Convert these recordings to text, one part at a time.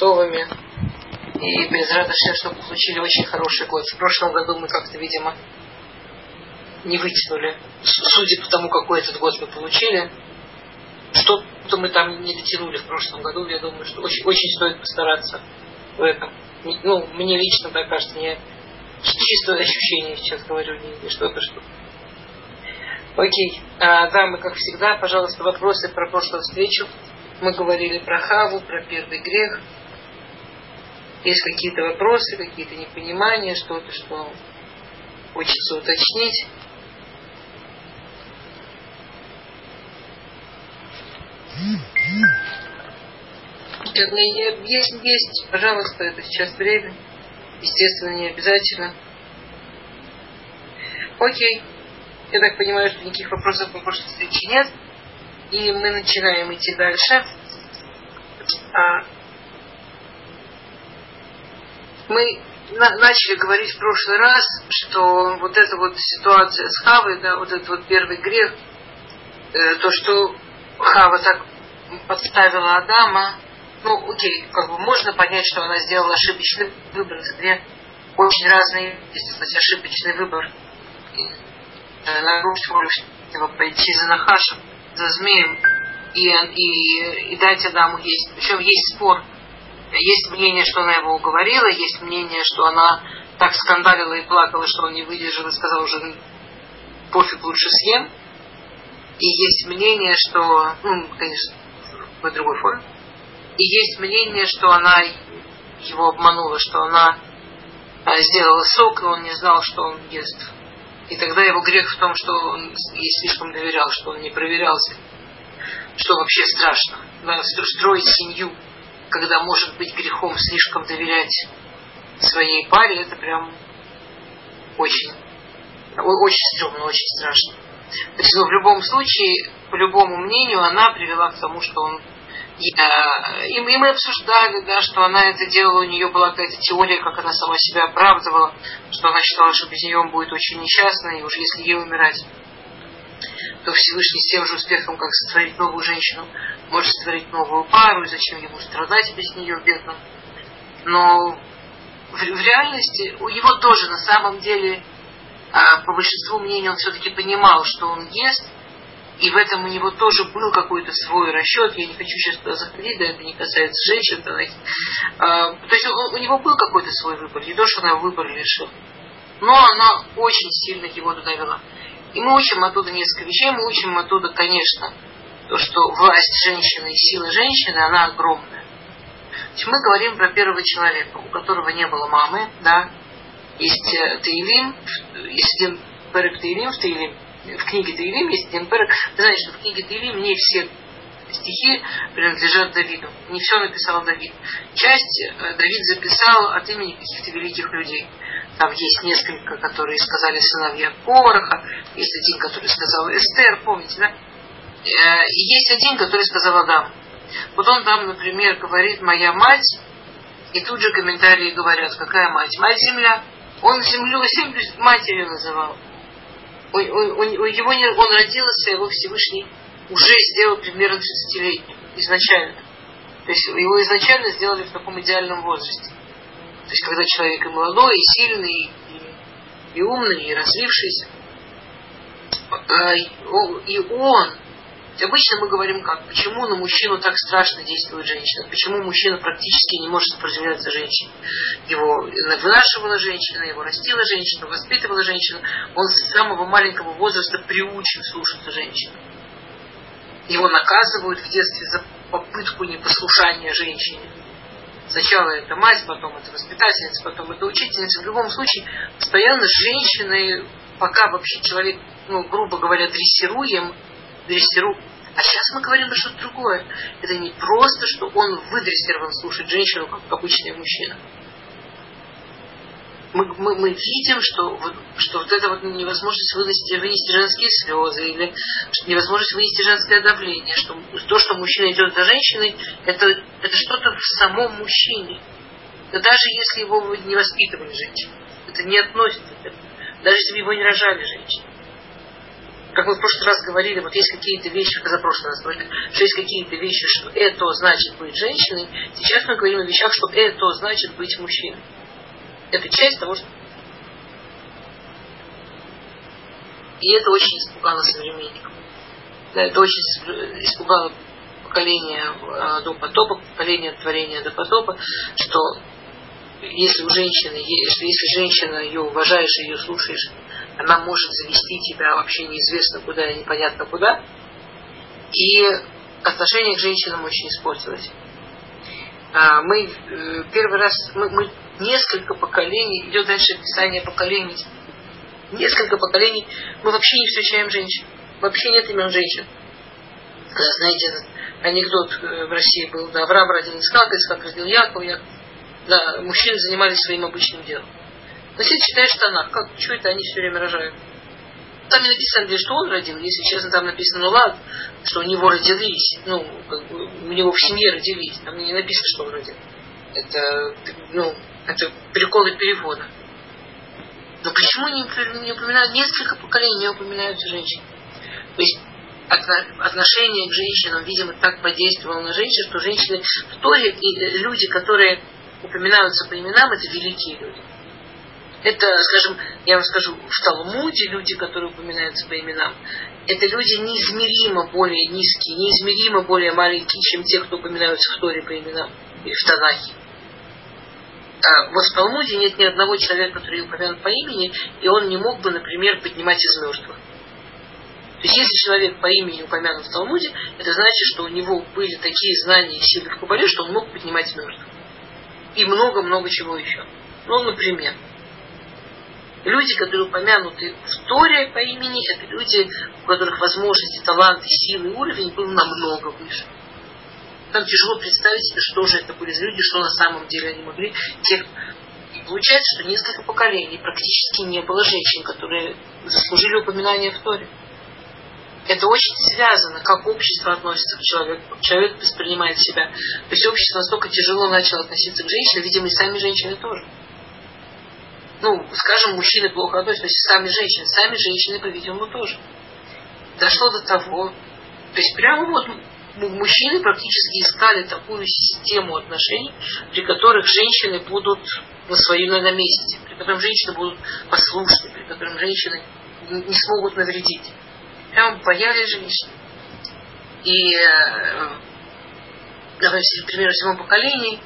Товами. И Безрат Ашем, чтобы получили очень хороший год. В прошлом году мы как-то, видимо, не вытянули. Судя по тому, какой этот год мы получили, что-то мы там не дотянули в прошлом году. Я думаю, что очень, очень стоит постараться в этом. Ну, мне лично так кажется, не чистое ощущение сейчас говорю, не что-то, что. Окей. Дамы, как всегда, пожалуйста, вопросы про прошлую встречу. Мы говорили про Хаву, про первый грех. Есть какие-то вопросы, какие-то непонимания, что-то, что хочется уточнить. Есть, пожалуйста, это сейчас время. Естественно, не обязательно. Окей. Я так понимаю, что никаких вопросов по прошлой встрече нет. И мы начинаем идти дальше. Мы начали говорить в прошлый раз, что вот эта вот ситуация с Хавой, да, вот этот вот первый грех, то, что Хава так подставила Адама, ну, окей, как бы можно понять, что она сделала ошибочный выбор. Это две очень разные вещи, кстати, ошибочный выбор. Нарушить пойти за Нахашем, за змеем и дать Адаму есть. Причем есть спор. Есть мнение, что она его уговорила, есть мнение, что она так скандалила и плакала, что он не выдержал и сказал уже пофиг, лучше съем. И есть мнение, что, конечно, в другой форме. И есть мнение, что она его обманула, что она сделала сок, и он не знал, что он ест. И тогда его грех в том, что он ей слишком доверял, что он не проверялся. Что вообще страшно. Да, строить семью, когда может быть грехом слишком доверять своей паре, это прям очень стрёмно, очень страшно. То есть, в любом случае, по любому мнению, она привела к тому, что он... И мы обсуждали, да, что она это делала, у нее была какая-то теория, как она сама себя оправдывала, что она считала, что без нее он будет очень несчастный, и уж если ей умирать, то Всевышний с тем же успехом, как сотворить новую женщину, может сотворить новую пару, и зачем ему страдать без нее, бедным. Но в реальности у него тоже на самом деле, по большинству мнений, он все-таки понимал, что он ест, и в этом у него тоже был какой-то свой расчет. Я не хочу сейчас туда заходить, да, это не касается женщин. То есть у него был какой-то свой выбор, не то, что она его выбор лишила. Но она очень сильно его туда вела. И мы учим оттуда несколько вещей. Мы учим оттуда, конечно, то, что власть женщины и сила женщины, она огромная. То есть мы говорим про первого человека, у которого не было мамы, да. Есть Теилим, есть один перек Теилим, в книге Теилим есть один перек. Вы знаете, что в книге Теилим не все стихи принадлежат Давиду. Не все написал Давид. Часть Давид записал от имени каких-то великих людей. Там есть несколько, которые сказали сыновья Кораха, есть один, который сказал Эстер, помните, да? И есть один, который сказал Адам. Вот он там, например, говорит «моя мать», и тут же комментарии говорят, какая мать? Мать земля. Он землю матерью называл. Он родился, его Всевышний уже сделал примерно 30-летним изначально. То есть его изначально сделали в таком идеальном возрасте. То есть когда человек и молодой, и сильный, и умный, и развившийся. И он... Обычно мы говорим как? Почему на мужчину так страшно действует женщина? Почему мужчина практически не может сопротивляться женщине? Его вынашивала женщина, его растила женщина, воспитывала женщина. Он с самого маленького возраста приучен слушаться женщину. Его наказывают в детстве за попытку непослушания женщине. Сначала это мать, потом это воспитательница, потом это учительница. В любом случае, постоянно с женщиной, пока вообще человек, грубо говоря, дрессируем. А сейчас мы говорим про что-то другое. Это не просто, что он выдрессирован слушать женщину, как обычный мужчина. Мы видим, что вот это вот невозможность вынести женские слезы, или невозможность вынести женское давление, что то, что мужчина идет за женщиной, это что-то в самом мужчине. Да даже если его не воспитывали женщины, это не относится к этому. Даже если бы его не рожали женщины. как мы в прошлый раз говорили, вот есть какие-то вещи, позапрошлый раз говорили, что есть какие-то вещи, что это значит быть женщиной, сейчас мы говорим о вещах, что это значит быть мужчиной. Это часть того, что... И это очень испугало современников. Да, это очень испугало поколение до потопа, поколение творения до потопа, что если у женщины, что если женщина ее уважаешь, ее слушаешь, она может завести тебя вообще неизвестно куда и непонятно куда. И отношение к женщинам очень испортилось. Мы первый раз, мы несколько поколений, идет дальше описание поколений, несколько поколений, мы вообще не встречаем женщин. Вообще нет имен женщин. Знаете, этот анекдот в России был, да, Авраам родил Исхак родил Якова, да, мужчины занимались своим обычным делом. Но если читаешь Танах, что это они все время рожают? Там не написано, где что он родил, если честно, там написано, ну ладно, что у него родились, у него в семье родились, там не написано, что он родил. Это приколы перевода. Но почему не упоминают, несколько поколений не упоминаются женщины? То есть отношение к женщинам, видимо, так подействовало на женщин, что женщины в Торе и люди, которые упоминаются по именам, это великие люди. Это, скажем, я вам скажу, в Талмуде люди, которые упоминаются по именам, это люди неизмеримо более низкие, неизмеримо более маленькие, чем те, кто упоминаются в Торе по именам или в Танахе. Вот в Талмуде нет ни одного человека, который упомянут по имени, и он не мог бы, например, поднимать из мертвых. То есть, если человек по имени упомянут в Талмуде, это значит, что у него были такие знания и силы в Кабале, что он мог поднимать мертвых. И много-много чего еще. Например, люди, которые упомянуты в Торе по имени, это люди, у которых возможности, таланты, силы, уровень был намного выше. Нам тяжело представить себе, что же это были за люди, что на самом деле они могли. И получается, что несколько поколений практически не было женщин, которые заслужили упоминания в Торе. Это очень связано, как общество относится к человеку, как человек воспринимает себя. То есть общество настолько тяжело начало относиться к женщинам, видимо, и сами женщины тоже. Скажем, мужчины плохо относятся, то есть сами женщины, по-видимому, тоже. Дошло до того, то есть прямо мужчины практически искали такую систему отношений, при которых женщины будут на месте, при котором женщины будут послушны, при котором женщины не смогут навредить. Прямо боялись женщин. И, например, в 7 поколении,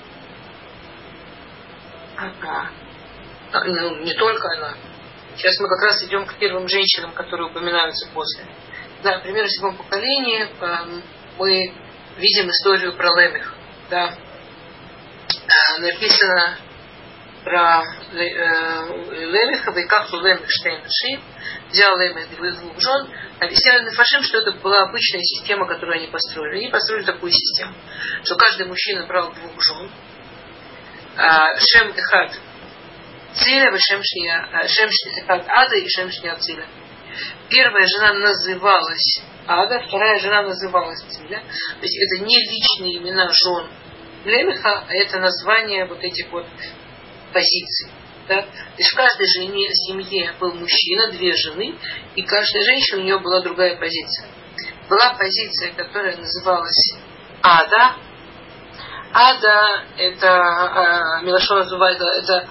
не только она. Сейчас мы как раз идем к первым женщинам, которые упоминаются после. Да, например, в 7 поколении мы видим историю про Лемех. Да. Написано про Лемеха, Вайкаху Лемех Штейнши, взял Лемех двух жен, объясняли Нафашим, что это была обычная система, которую они построили. Они построили такую систему, что каждый мужчина брал 2 жен, Шем Эхад Циля, Шем Эхад Ада и Шем Шния Циля. Первая жена называлась Ада, вторая жена называлась Циля. То есть это не личные имена жен Лемеха, а это название вот этих вот позиций. Да? То есть в каждой семье был мужчина, 2 жены, и каждая женщина, у нее была другая позиция. Была позиция, которая называлась Ада. Ада это Милашона Зувайда, это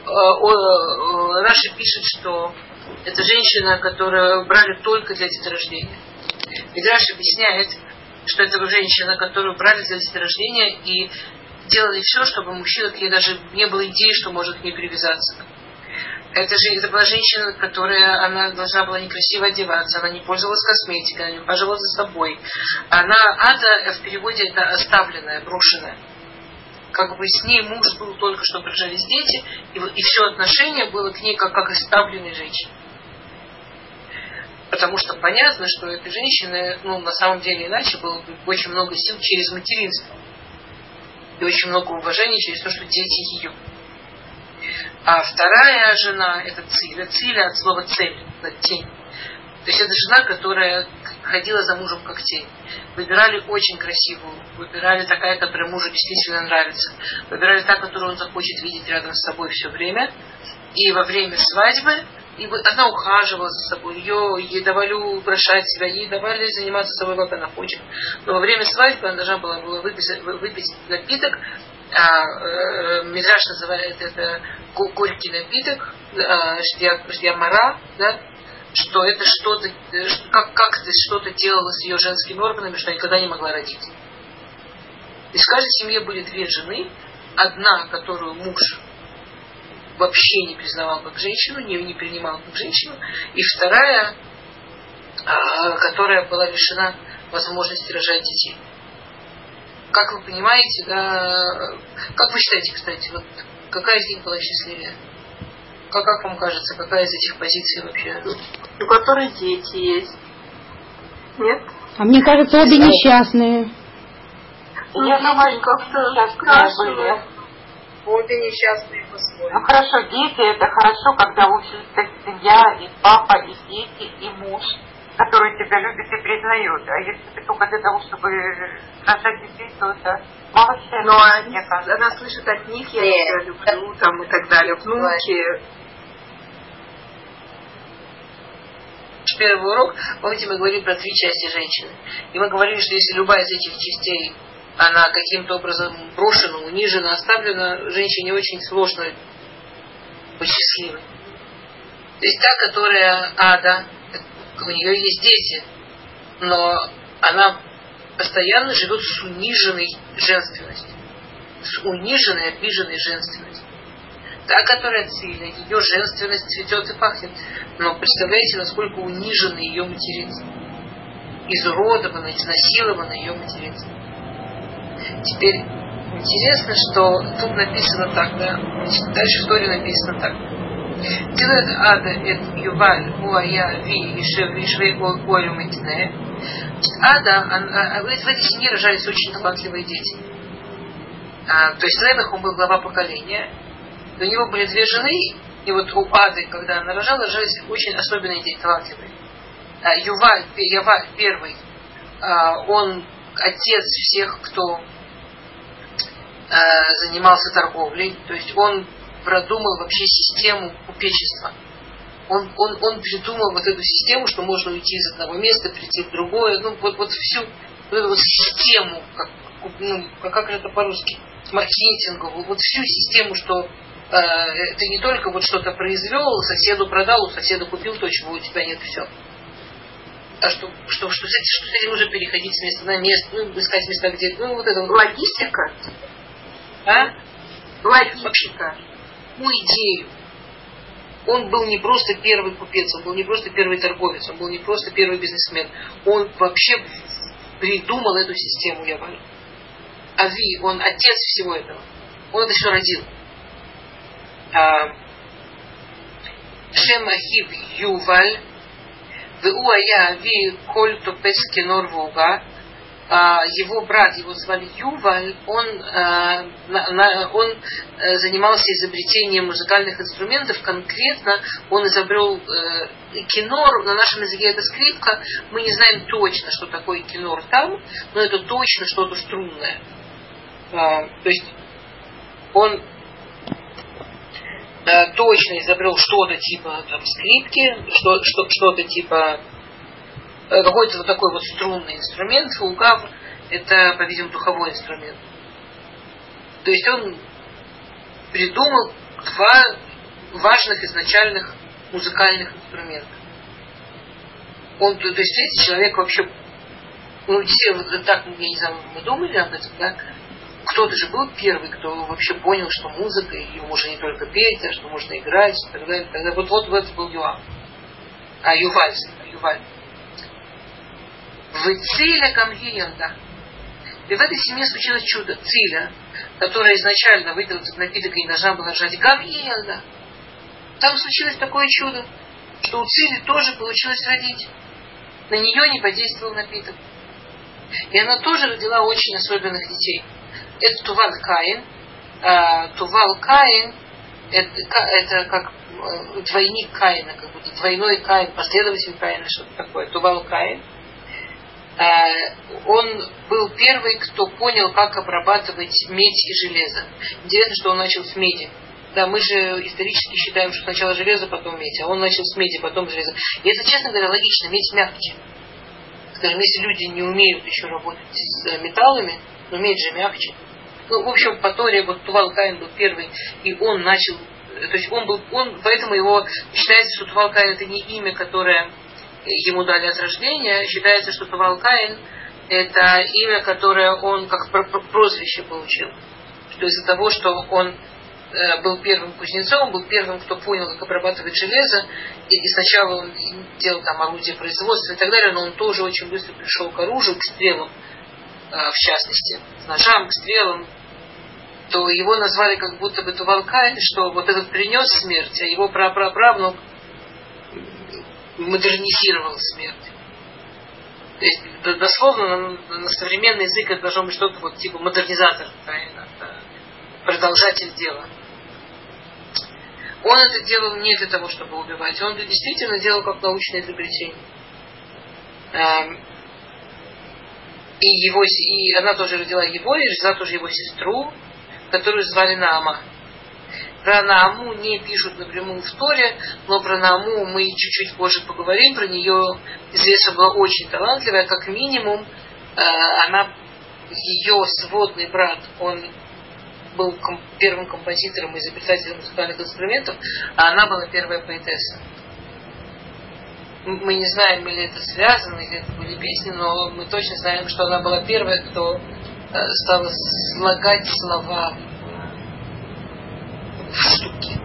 Раши пишет, что это женщина, которую брали только для деторождения. Мидраш объясняет, что это женщина, которую брали для деторождения и делали все, чтобы мужчина к ней даже не было идеи, что может к ней привязаться. Это была женщина, она должна была некрасиво одеваться, она не пользовалась косметикой, она не ухаживала за собой. Ада в переводе это оставленная, брошенная. Как бы с ней муж был только что рожались дети, и все отношение было к ней как оставленной женщине. Потому что понятно, что этой женщины, на самом деле иначе было бы очень много сил через материнство. И очень много уважения через то, что дети ее. А вторая жена это Циля. Циля от слова цель, тень. То есть это жена, которая ходила за мужем как тень. Выбирали очень красивую, выбирали такая, которая мужу действительно нравится. Выбирали та, которую он захочет видеть рядом с собой все время. И во время свадьбы И вот она ухаживала за собой, ей давали украшать себя, ей давали заниматься собой, как она хочет. Но во время свадьбы она должна была выпить напиток, Мидраш называет это горький напиток, ждиамара, да, что это что-то, как это что-то делало с ее женскими органами, что она никогда не могла родить. То есть в каждой семье были две жены, одна, которую муж вообще не признавал как женщину, не принимал как женщину, и вторая, которая была лишена возможности рожать детей. Как вы понимаете, да, как вы считаете, кстати, вот какая из них была счастливее? Как вам кажется, какая из этих позиций вообще? У которой дети есть. Нет? А мне кажется, обе несчастные. Я думаю, как-то спрашивают. Обе несчастные по-своему. Ну хорошо, дети это хорошо, когда учится семья, и папа, и дети, и муж, который тебя любит и признает. А если ты только для того, чтобы рожать детей, то это мало счастья. Но она слышит от них, я тебя люблю, там и так далее, внуки. Первый урок, помните, мы говорили про 3 части женщины. И мы говорили, что если любая из этих частей, она каким-то образом брошена, унижена, оставлена, женщине очень сложно быть счастливой. То есть та, которая ада, у нее есть дети, но она постоянно живет с униженной женственностью. С униженной, обиженной женственностью. Та, которая Циля, ее женственность цветет и пахнет. Но представляете, насколько унижена ее материнство. Изуродована, изнасилована ее материнство. Теперь интересно, что тут написано так, да? Значит, дальше в Торе написано так. Тилет ада эт юваль уая ви ишвей олю митне. Ада, в этой семье рожались очень талантливые дети. То есть Лемех, он был глава поколения. У него были 2 жены, и вот у Ады, когда она рожала, рожались очень особенные дети, талантливые. Яваль первый, он отец всех, кто занимался торговлей, то есть он продумал вообще систему купечества. Он придумал вот эту систему, что можно уйти из одного места, прийти в другое, вот всю вот эту вот систему, как же это по-русски, маркетинговую, вот всю систему, что ты не только вот что-то произвел, соседу продал, у соседа купил то, чего у тебя нет, все. А что с этим нужно переходить с места на место, искать места, где, вот это вот. Логистика? Логистика. Идею. Он был не просто первый купец, он был не просто первый торговец, он был не просто первый бизнесмен. Он вообще придумал эту систему Яваль. Ави, он отец всего этого. Он это все родил. Шем Ахив Юваль, Веуая Ави Коль Топес Кенор Вуга. Его брат, его звали Юваль, он занимался изобретением музыкальных инструментов. Конкретно он изобрел кинор, на нашем языке это скрипка. Мы не знаем точно, что такое кинор там, но это точно что-то струнное. То есть он точно изобрел что-то типа там, скрипки, что-то типа какой-то вот такой вот струнный инструмент. Фулгав — это, по-видимому, духовой инструмент. То есть он придумал 2 важных изначальных музыкальных инструмента. Он, то есть, видите, человек вообще, действительно, так, я не знаю, мы думали об этом, да? Кто-то же был первый, кто вообще понял, что музыка, ее можно не только петь, а что можно играть, и так далее. Тогда вот это был Юваль. Юваль. В Циля Камгиянда. И в этой семье случилось чудо. Циля, которая изначально выпила этот напиток и не должна была рожать Камгиянда. Там случилось такое чудо, что у Цили тоже получилось родить. На нее не подействовал напиток. И она тоже родила очень особенных детей. Это Тувал Каин. Тувал Каин это как двойник Каина, как будто двойной Каин, последователь Каина, что-то такое. Тувал Каин. Он был первый, кто понял, как обрабатывать медь и железо. Интересно, что он начал с меди. Да, мы же исторически считаем, что сначала железо, потом медь, а он начал с меди, потом железо. И это, честно говоря, логично, медь мягче. Скажем, если люди не умеют еще работать с металлами, но медь же мягче. Ну, в общем, по Торе вот Тувал Каин был первый, и он начал, то есть поэтому его считается, что Тувал Каин это не имя, которое ему дали от рождения, считается, что Тувал Каин это имя, которое он как прозвище получил. Что из-за того, что он был первым кузнецом, был первым, кто понял, как обрабатывать железо, и сначала он делал там орудия производства и так далее, но он тоже очень быстро пришел к оружию, к стрелам, в частности, к ножам, к стрелам, то его назвали как будто бы Тувал Каин, что вот этот принес смерть, а его прапраправнук модернизировал смерть. То есть, дословно, на современный язык это должно быть что-то вот типа модернизатор, продолжатель дела. Он это делал не для того, чтобы убивать, он это действительно делал как научное изобретение. И она тоже родила его, и родила тоже его сестру, которую звали Наама. Про Нааму не пишут напрямую в Торе, но про Нааму мы чуть-чуть позже поговорим. Про нее известно, была очень талантливая, как минимум. Ее сводный брат, он был первым композитором и изобретателем музыкальных инструментов, а она была первая поэтесса. Мы не знаем, или это связано, или это были песни, но мы точно знаем, что она была первая, кто стала слагать слова в штуки,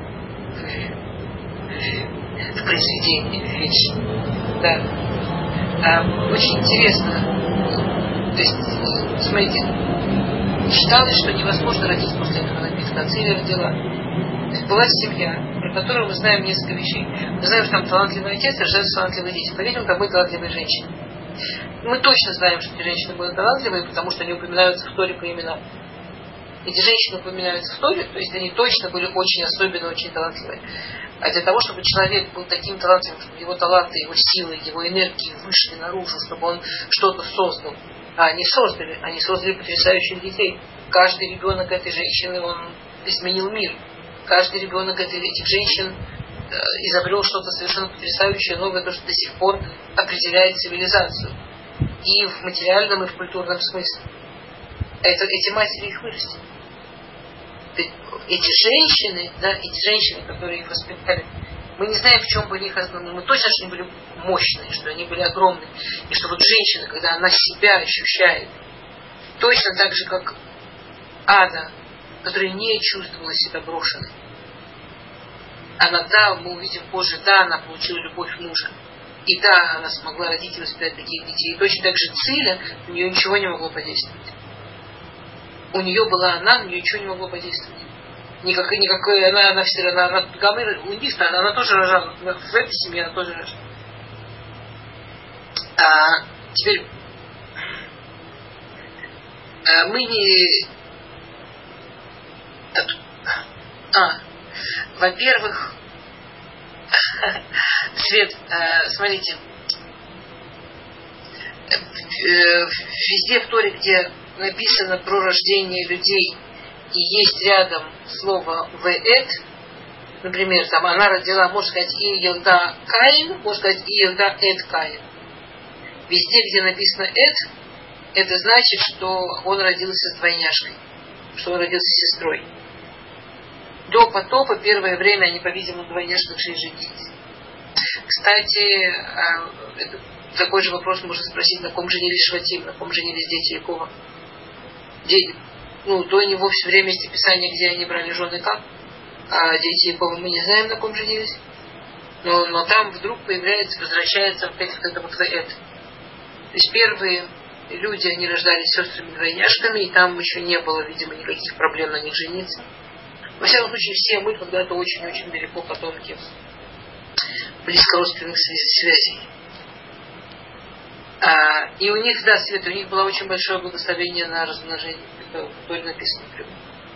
в произведении, в вещи. Да. Очень интересно. То есть, смотрите, считалось, что невозможно родить после этого напитка. Ацилия родила. То есть была семья, про которую мы знаем несколько вещей. Мы знаем, что там талантливый отец и рождаются талантливые дети. По-видимому, там были талантливые женщины. Мы точно знаем, что эти женщины были талантливые, потому что они упоминаются в Торе по именам. Эти женщины упоминаются в Торе, то есть они точно были очень особенные, очень талантливые. А для того, чтобы человек был таким талантливым, чтобы его таланты, его силы, его энергии вышли наружу, чтобы он что-то создал, а они создали потрясающих детей. Каждый ребенок этой женщины, он изменил мир. Каждый ребенок этих женщин изобрел что-то совершенно потрясающее, новое, то, что до сих пор определяет цивилизацию. И в материальном, и в культурном смысле. Эти матери их вырастили. Эти женщины, которые их воспитали, мы не знаем, в чем были их основные, мы точно, что они были мощные, что они были огромные. И что вот женщина, когда она себя ощущает, точно так же, как Ада, которая не чувствовала себя брошенной. Мы увидим позже, она получила любовь мужа. И она смогла родить и воспитать таких детей. И точно так же Циля, на нее ничего не могло подействовать. У нее была на нее ничего не могло подействовать. Никакой, она Гамыр, у них она тоже рожала. В этой семье она тоже рожала. Теперь мы не... Во-первых, Свет, смотрите, везде в Торе, где написано про рождение людей, и есть рядом слово «веэт», например, там она родила, можно сказать, и Елда Каин, можно сказать, и Елда Эд Каин. Везде, где написано «эд», это значит, что он родился с двойняшкой, что он родился с сестрой. До потопа первое время они, по-видимому, двойняшных женились. Кстати, такой же вопрос можно спросить, на ком женились Шватим, на ком женились дети Якова. До него все время есть описание, где они брали жены там, а дети Якова мы не знаем, на ком женились. Но там вдруг возвращается опять вот это вот «веэт». То есть первые люди, они рождались сестрами-двойняшками, и там еще не было, видимо, никаких проблем на них жениться. Во всяком случае, все мы когда-то очень-очень далеко потомки близкородственных связей. И у них, Свет, у них было очень большое благословение на размножение. Это в Торе написано прямо.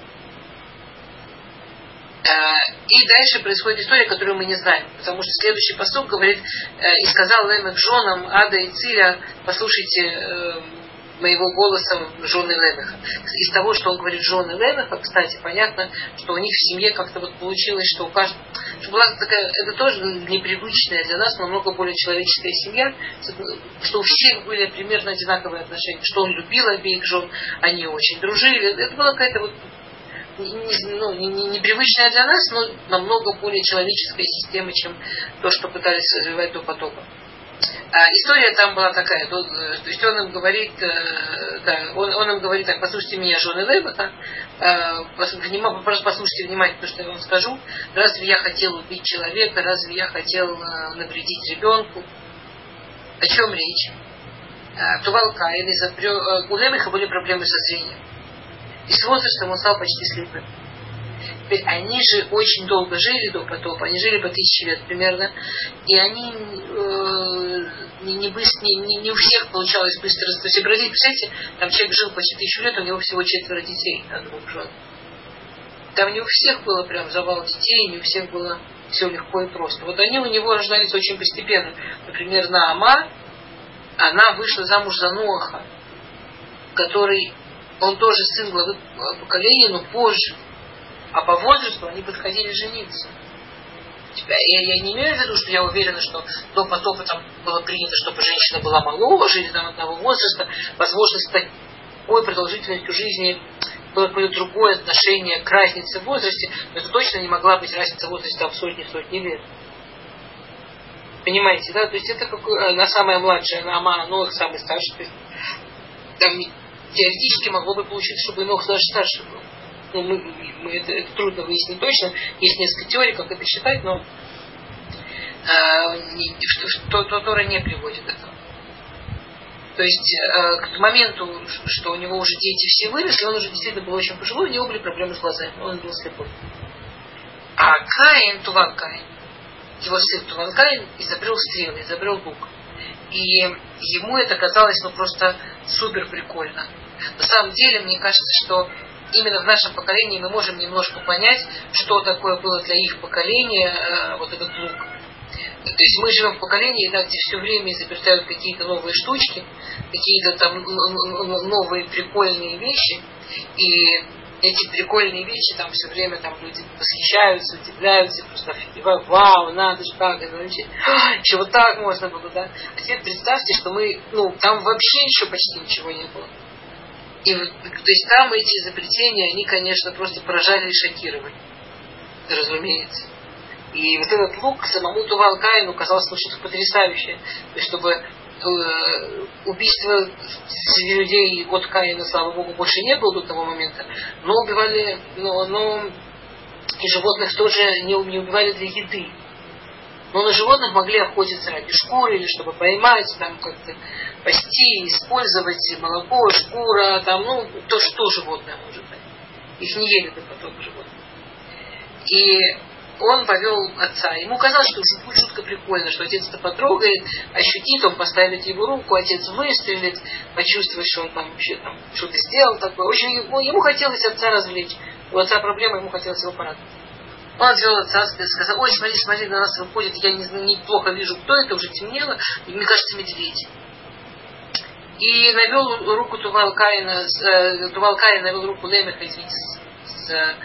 И дальше происходит история, которую мы не знаем. Потому что следующий пасук говорит: и сказал Лемек женам Ада и Циля: послушайте, моего голоса жены Лемеха. Из того, что он говорит жены Лемеха, кстати, понятно, что у них в семье как-то вот получилось, что у каждого... Была такая, это тоже непривычная для нас, намного более человеческая семья, что у всех были примерно одинаковые отношения, что он любил обеих жен, они очень дружили. Это была какая-то вот непривычная для нас, но намного более человеческая система, чем то, что пытались развивать до потопа. История там была такая, то есть он им говорит, он им говорит так: послушайте меня, жены Лемеха, послушайте внимательно то, что я вам скажу. Разве я хотел убить человека, разве я хотел навредить ребенку? О чем речь? Тувал Каин у Лемеха были проблемы со зрением. И с возрастом он стал почти слепым. Теперь они же очень долго жили до потопа, они жили по 1000 лет примерно, и они не у всех получалось быстро. То есть, представляете, там человек жил почти 1000 лет, у него всего 4 детей от 2 жен. Там не у всех было прям завал детей, не у всех было все легко и просто. Вот они у него рождались очень постепенно. Например, Наама, она вышла замуж за Ноаха, который, он тоже сын главы поколения, но позже. А по возрасту они подходили жениться. Я не имею в виду, что я уверена, что до потопа там было принято, чтобы женщина была моложе или там одного возраста. Возможно, с такой продолжительностью жизни было какое-то другое отношение к разнице в возрасте, но это точно не могла быть разница в возрасте там сотни лет. Понимаете, да? То есть это как она самая младшая, она Ама, Нох самый старший. То есть, там теоретически могло бы получиться, чтобы и Нох даже старше был. Это трудно выяснить точно. Есть несколько теорий, как это считать, но Тора не приводит к этому. То есть к моменту, что у него уже дети все выросли, он уже действительно был очень пожилой, у него были проблемы с глазами, он был слепой. А Каин, Тувал Каин, его сын Тувал Каин изобрел стрелы, изобрел лук. И ему это казалось просто супер прикольно. На самом деле, мне кажется, что именно в нашем поколении мы можем немножко понять, что такое было для их поколения вот этот лук. То есть мы живем в поколении, да, где все время изобретают какие-то новые штучки, какие-то там новые прикольные вещи, и эти прикольные вещи там все время там люди восхищаются, удивляются, просто офигевают: вау, надо же, как это вообще, еще вот так можно было, да. А теперь представьте, что мы, там вообще еще почти ничего не было. И то есть там эти изобретения, они, конечно, просто поражали и шокировали, разумеется. И вот этот лук самому Тувал Каину казалось что-то потрясающее. То есть, чтобы убийство людей от Каина, слава Богу, больше не было до того момента, но убивали, но и животных тоже не убивали для еды. Но на животных могли охотиться ради шкуры, или чтобы поймать, там как-то пасти, использовать молоко, шкура, там, то, что животное может быть. Их не ели до потока животных. И он повел отца. Ему казалось, что это будет жутко прикольно, что отец это потрогает, ощутит, он поставит его руку, отец выстрелит, почувствует, что он там вообще там что-то сделал такое. В общем, ему хотелось отца развлечь. У отца проблема, ему хотелось его порадовать. Он отвел отца, сказал: ой, смотри, на нас выходит, я неплохо вижу, кто это, уже темнело, и мне кажется, медведь. И навел руку Тувал Каина навел руку Лемеха, извините, с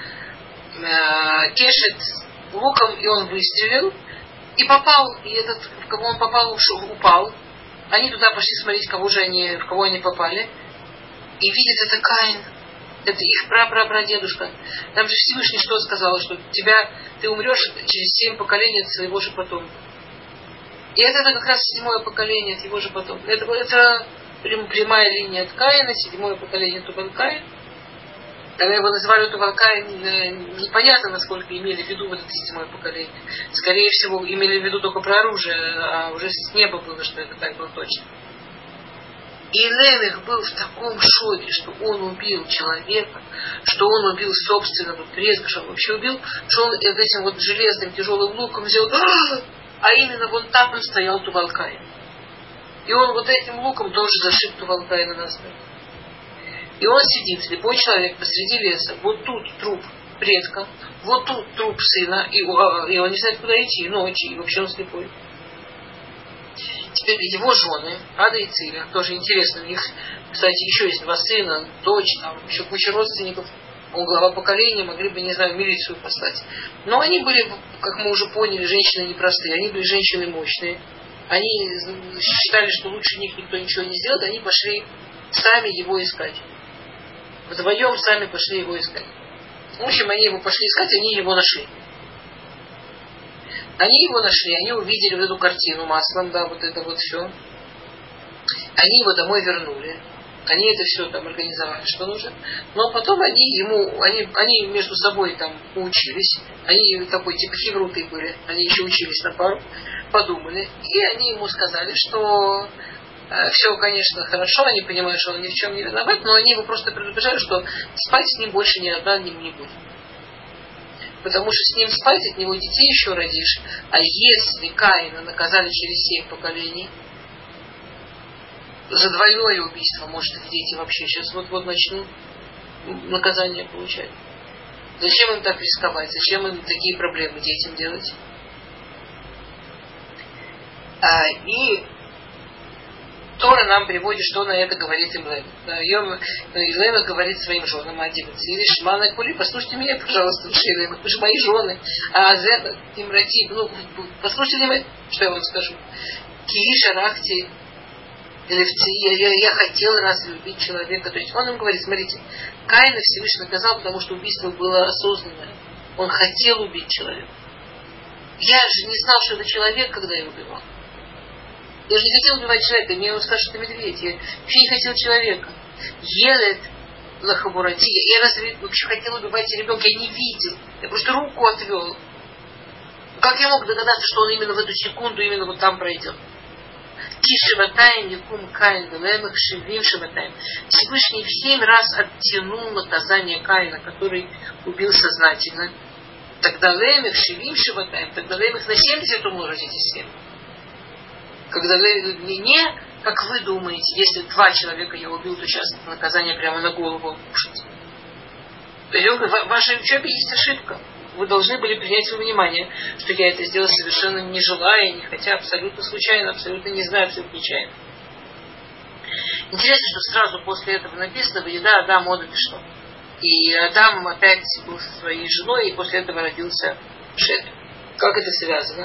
Кешет луком, и он выстрелил, и попал, и этот, в кого он попал, упал. Они туда пошли смотреть, в кого они попали, и видят, это Каин. Это их прапрадедушка. Там же Всевышний что сказал, что ты умрешь через 7 поколений от своего же потомка. И это как раз 7-е поколение от его же потомка. Это прямая линия от Каина, 7-е поколение Тувал Каин. Когда его называли Тувал Каин, непонятно, насколько имели в виду вот это 7-е поколение. Скорее всего, имели в виду только про оружие, а уже с неба было, что это так было точно. И Лемех был в таком шоке, что он убил человека, что он убил собственного предка, что он вообще убил, что он этим вот железным тяжелым луком взял, а именно вон там стоял Тувал Каин. И он вот этим луком тоже зашиб Тувал Каина на смерть. И он сидит, слепой человек, посреди леса, вот тут труп предка, вот тут труп сына, и он не знает, куда идти, ночи, и вообще он слепой. Теперь его жены, Ада и Циля, тоже интересно, у них, кстати, еще есть два сына, дочь, там, еще куча родственников, он глава поколения, могли бы, не знаю, милицию послать. Но они были, как мы уже поняли, женщины непростые, они были женщины мощные. Они считали, что лучше них никто ничего не сделает, они пошли сами его искать. Вдвоем сами пошли его искать. В общем, они его пошли искать, они его нашли. Они его нашли, они увидели вот эту картину маслом, да, вот это вот все. Они его домой вернули. Они это все там организовали, что нужно. Но потом они между собой там поучились. Они такой типа хевруты были. Они еще учились на пару, подумали. И они ему сказали, что все, конечно, хорошо, они понимают, что он ни в чем не виноват, но они его просто предупреждали, что спать с ним больше ни одна не будет. Потому что с ним спать, от него детей еще родишь. А если Каина наказали через 7 поколений, за двойное убийство, может, их дети вообще сейчас вот начнут наказание получать. Зачем им так рисковать? Зачем им такие проблемы детям делать? И Тора нам приводит, что на это говорит Имлем. Илема говорит своим женам, Адим и Цили, Шмана Кули, послушайте меня, пожалуйста, Илема, вы же мои жены. А Азета, Имрати, послушайте меня, что я вам скажу. Кииша Рахти, я хотел разлюбить человека. То есть он им говорит, смотрите, Каина Всевышний наказал, потому что убийство было осознанное. Он хотел убить человека. Я же не знал, что это человек, когда я убивал. Я же не хотел убивать человека, мне он скажет, что это медведь. Я вообще не хотел человека. Елет лахабурати. Я разве вообще хотел убивать ребенка? Я не видел. Я просто руку отвел. Как я мог догадаться, что он именно в эту секунду, именно вот там пройдет? Кишеватаем, Якум Каин, Велемах, Шевим Шеватаем. Всевышний в 7 раз оттянул наказание Каина, который убил сознательно. Тогда Лемех, Шевим Шеватаем, тогда Лемех на 70 умножить эти 7. Когда не, как вы думаете, если 2 человека я убил, то сейчас наказание прямо на голову кушать. То есть он говорит, в вашей учебе есть ошибка. Вы должны были принять во внимание, что я это сделал совершенно не желая, не хотя, абсолютно случайно, абсолютно не знаю, абсолютно нечаянно. Интересно, что сразу после этого написано, «Ваида Адам Ода Пишло». И Адам опять был со своей женой, и после этого родился Шет. Как это связано?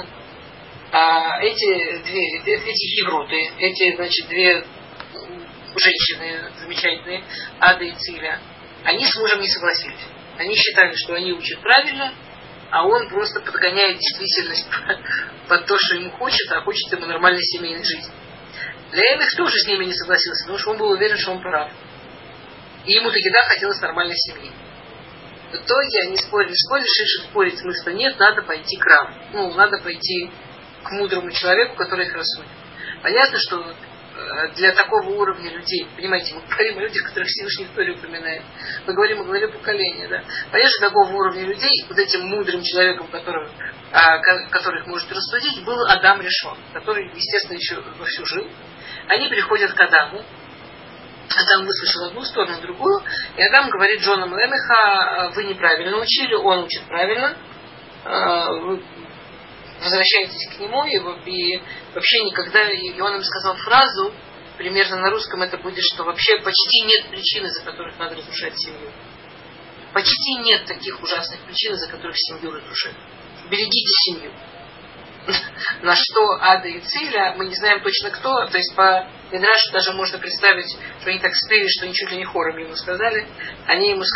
Эти хевруты, эти, значит, 2 женщины замечательные, Ада и Циля, они с мужем не согласились. Они считали, что они учат правильно, а он просто подгоняет действительность под то, что ему хочется, а хочет ему нормальной семейной жизни. Леемех тоже с ними не согласился, потому что он был уверен, что он прав. И ему таки да хотелось нормальной семьи. В итоге они спорили, решили, что спорить смысла нет, надо пойти к Раву. Надо пойти к мудрому человеку, который их рассудит. Понятно, что для такого уровня людей, понимаете, мы говорим о людях, которых Всевышний в Торе упоминает. Мы говорим о главе поколения, да. Понятно, что такого уровня людей, вот этим мудрым человеком, которых может рассудить, был Адам Ришон, который, естественно, еще вовсю жил. Они приходят к Адаму. Адам выслушал одну сторону, другую, и Адам говорит Джонам Лемеха, вы неправильно учили, он учит правильно, вы возвращаетесь к нему, и вообще никогда, и он им сказал фразу, примерно на русском это будет, что вообще почти нет причин, из-за которых надо разрушать семью. Почти нет таких ужасных причин, из-за которых семью разрушают. Берегите семью. На что Ада и Циля, мы не знаем точно кто, то есть по Мидрашу даже можно представить, что они так спели, что они чуть ли не хором ему сказали. Они ему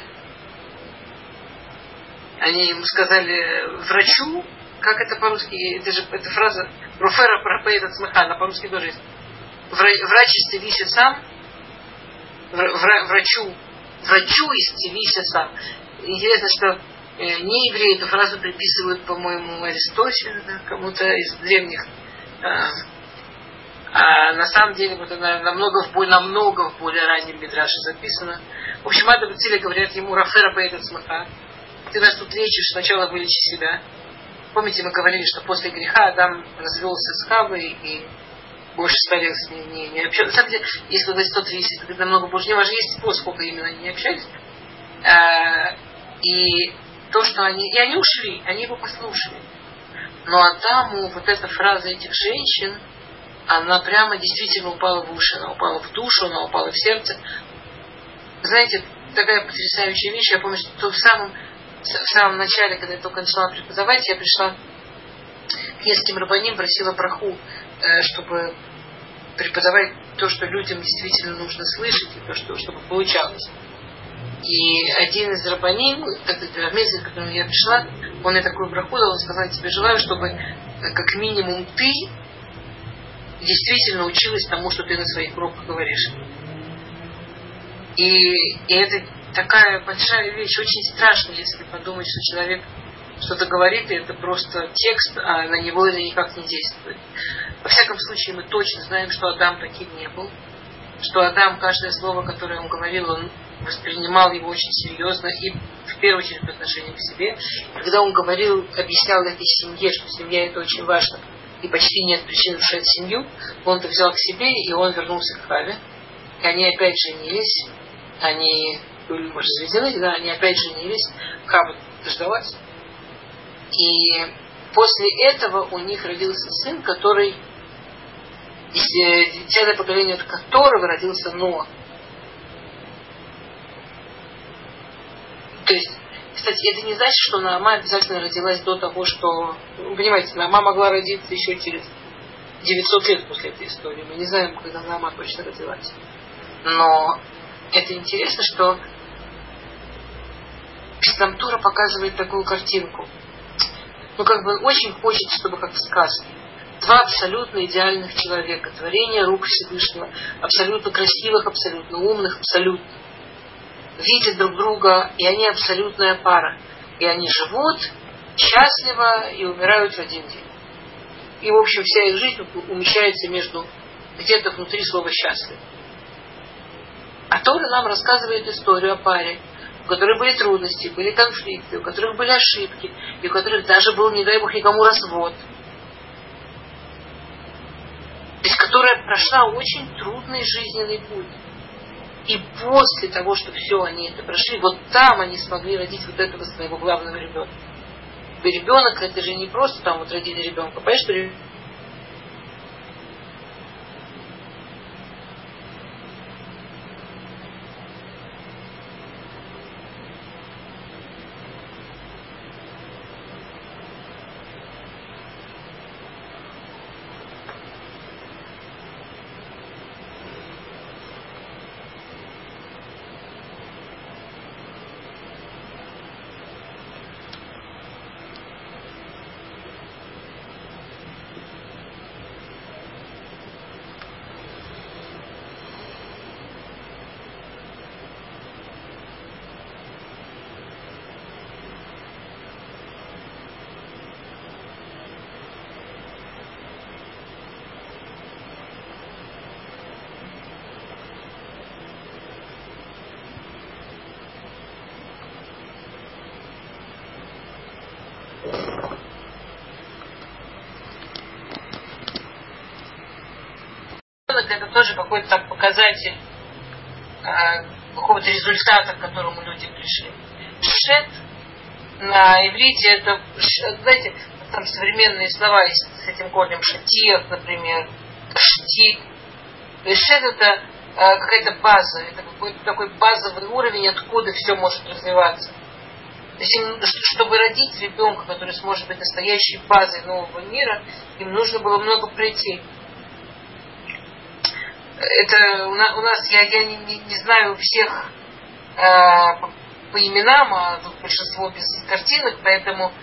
сказали врачу, как это по-русски, это фраза Руфера пропеет от смеха, она по-русски тоже есть. Врач исцелися сам, врачу исцелися сам. Интересно, что не евреи эту фразу приписывают, по-моему, Аристотелю, да, кому-то из древних. А на самом деле вот она намного в более раннем Мидраше записана. В общем, Адам и Циля говорят ему Рафера поедет смеха. Ты нас тут лечишь, сначала вылечи себя. Помните, мы говорили, что после греха Адам развелся с Хавой и больше стали с ней не общаться. На самом деле, если говорить 130, это намного больше. У него же есть способ, сколько именно они не общались. И то, что они ушли, они его послушали. Но Адаму вот эта фраза этих женщин она прямо действительно упала в уши, она упала в душу, она упала в сердце. Знаете, такая потрясающая вещь. Я помню, что в самом начале, когда я только начала преподавать, я пришла к нескольким рабаним, просила браху, чтобы преподавать то, что людям действительно нужно слышать, и то, чтобы получалось. И один из рабаним, месяц, к которому я пришла, он мне такую браху дал, он сказал: тебе желаю, чтобы как минимум ты действительно училась тому, что ты на своих уроках говоришь. И это такая большая вещь, очень страшно, если подумать, что человек что-то говорит, и это просто текст, а на него это никак не действует. Во всяком случае, мы точно знаем, что Адам таким не был, что Адам, каждое слово, которое он говорил, он воспринимал его очень серьезно, и в первую очередь по отношению к себе. Когда он говорил, объяснял этой семье, что семья это очень важно, и почти нет причин нарушать семью, он это взял к себе, и он вернулся к Хаве. И они опять женились, они были, может, разведены, да, они опять женились, Хава дождалась. И после этого у них родился сын, который, десятое поколение от которого родился Ноах. То есть, кстати, это не значит, что Наама обязательно родилась до того, что... Вы понимаете, Наама могла родиться еще через 900 лет после этой истории. Мы не знаем, когда Наама точно родилась. Но это интересно, что нам Тора показывает такую картинку. Очень хочется, чтобы как в сказке. Два абсолютно идеальных человека, творение рук Всевышнего, абсолютно красивых, абсолютно умных, абсолютно. Видят друг друга, и они абсолютная пара. И они живут счастливо и умирают в один день. И, в общем, вся их жизнь умещается где-то внутри слова «счастлив». А Тора нам рассказывает историю о паре, у которой были трудности, были конфликты, у которых были ошибки, и у которых даже был, не дай бог, никому развод. То есть, которая прошла очень трудный жизненный путь. И после того, что все они это прошли, вот там они смогли родить вот этого своего главного ребенка. И ребенок, это же не просто там вот родили ребенка. Понимаешь, что это тоже какой-то там показатель какого-то результата, к которому люди пришли. Шет на иврите это, знаете, там современные слова есть с этим корнем шатир, например, шти. То есть шет это какая-то база, это какой-то такой базовый уровень, откуда все может развиваться. То есть чтобы родить ребенка, который сможет быть настоящей базой нового мира, им нужно было много пройти. Это у нас, я не знаю всех по именам, а тут большинство без картинок, поэтому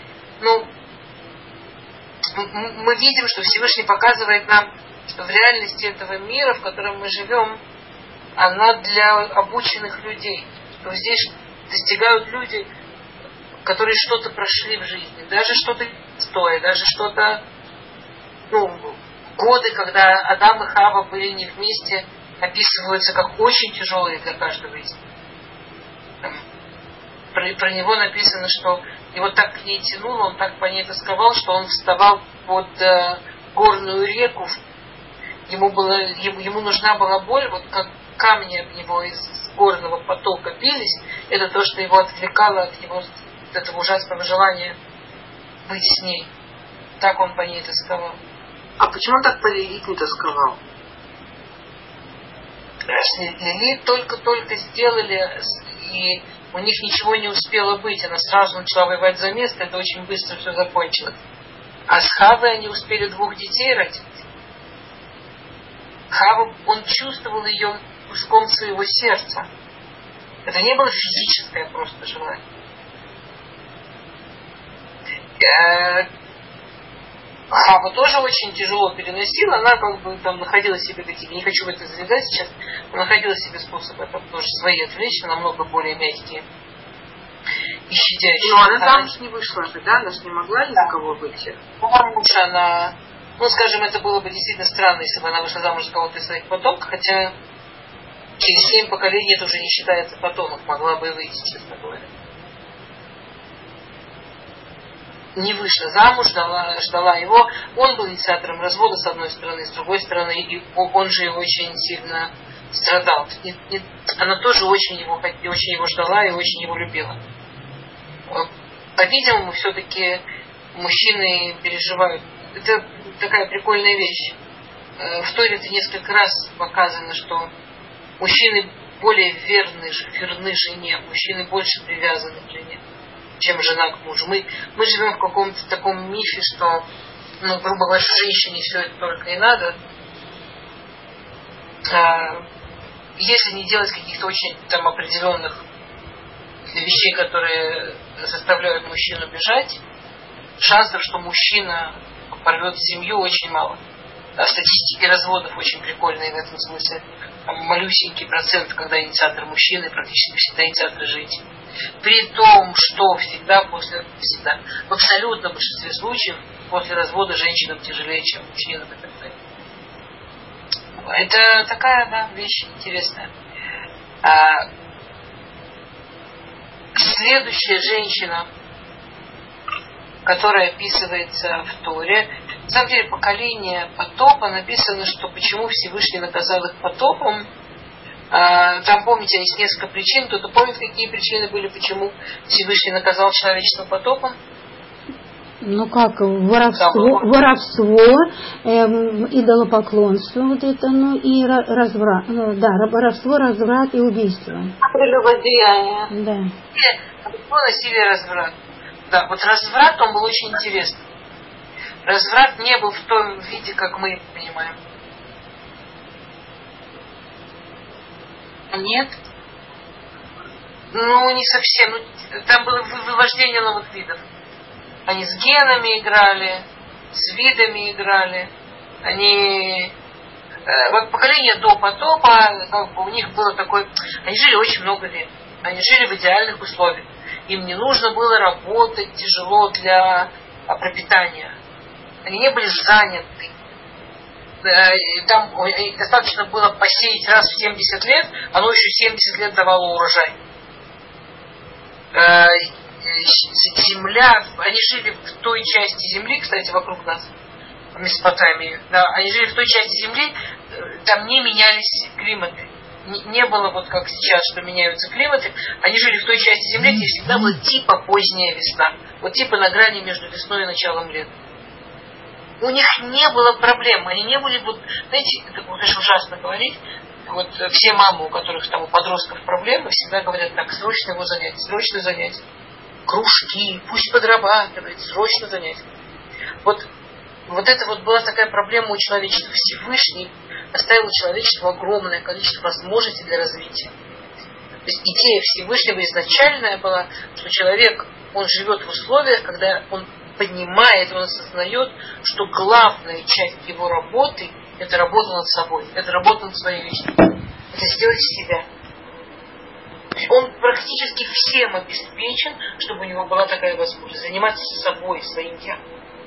мы видим, что Всевышний показывает нам, что в реальности этого мира, в котором мы живем, она для обученных людей. Что здесь достигают люди, которые что-то прошли в жизни, даже что-то стоя, даже что-то, годы, когда Адам и Хава были не вместе, описываются как очень тяжелые для каждого из них. Про него написано, что его так к ней тянуло, он так по ней тосковал, что он вставал под горную реку. Ему нужна была боль, вот как камни об него из горного потока бились. Это то, что его отвлекало от его от этого ужасного желания быть с ней. Так он по ней тосковал. А почему он так по Лилит не тосковал? Лилит только-только сделали, и у них ничего не успело быть. Она сразу начала воевать за место, это очень быстро все закончилось. А с Хавой они успели 2 детей родить. Хава, он чувствовал ее куском своего сердца. Это не было физическое просто желание. Хава тоже очень тяжело переносила, она как бы там находила себе какие-то, не хочу в это залезать сейчас, но находила себе способы там тоже свои отвлечься, намного более мягкие и щадящие. Но она замуж не вышла же, да? Она же не могла ни за кого выйти. Замуж она, скажем, это было бы действительно странно, если бы она вышла замуж за кого-то из своих потомков, хотя через 7 поколений это уже не считается потомок, могла бы и выйти, честно говоря. Не вышла замуж, ждала его. Он был инициатором развода с одной стороны, с другой стороны, и он же очень сильно страдал. Она тоже очень его ждала и очень его любила. По-видимому, все-таки мужчины переживают. Это такая прикольная вещь. В Торе это несколько раз показано, что мужчины более верны жене, мужчины больше привязаны к жене, чем жена к мужу. Мы живем в каком-то таком мифе, что, грубо говоря, женщине все это только и надо. Если не делать каких-то очень там определенных вещей, которые заставляют мужчину бежать, шансов, что мужчина порвет семью, очень мало. Статистики разводов очень прикольные в этом смысле. Там малюсенький процент, когда инициатор мужчины, практически всегда инициатор женщины. При том, что всегда, в абсолютном большинстве случаев, после развода женщинам тяжелее, чем мужчинам и так далее. Это такая, вещь интересная. Следующая женщина, которая описывается в Торе, на самом деле поколение потопа написано, что почему Всевышний наказал их потопом. Там, помните, есть несколько причин. Кто-то помнит, какие причины были, почему Всевышний наказал человечество потопом? Воровство, идолопоклонство, и разврат, воровство, разврат и убийство. Прелюбодеяние. Да. Насилие, разврат. Да, вот разврат, он был очень интересный. Разврат не был в том виде, как мы его понимаем. Нет. Не совсем. Там было вывождение новых видов. Они с генами играли, с видами играли. Вот поколение до потопа, у них было такое... Они жили очень много лет. Они жили в идеальных условиях. Им не нужно было работать тяжело для пропитания. Они не были заняты. Там достаточно было посеять раз в 70 лет, оно еще 70 лет давало урожай. Земля, они жили в той части земли, кстати, вокруг нас, в Месопотамии, они жили в той части земли, там не менялись климаты. Не было вот как сейчас, что меняются климаты. Они жили в той части земли, где всегда была типа поздняя весна. Вот типа на грани между весной и началом лета. У них не было проблем. Они не были, знаете, это, конечно, ужасно говорить. Вот все мамы, у которых там у подростков проблемы, всегда говорят: так, срочно его занять, срочно занять. Кружки, пусть подрабатывает, срочно занять. Вот это была такая проблема у человечества. Всевышний оставил человечеству огромное количество возможностей для развития. То есть идея Всевышнего изначальная была, что человек, он живет в условиях, когда он понимает, он осознает, что главная часть его работы – это работа над собой, это работа над своей личностью, это сделать себя. Он практически всем обеспечен, чтобы у него была такая возможность заниматься собой, своим «я».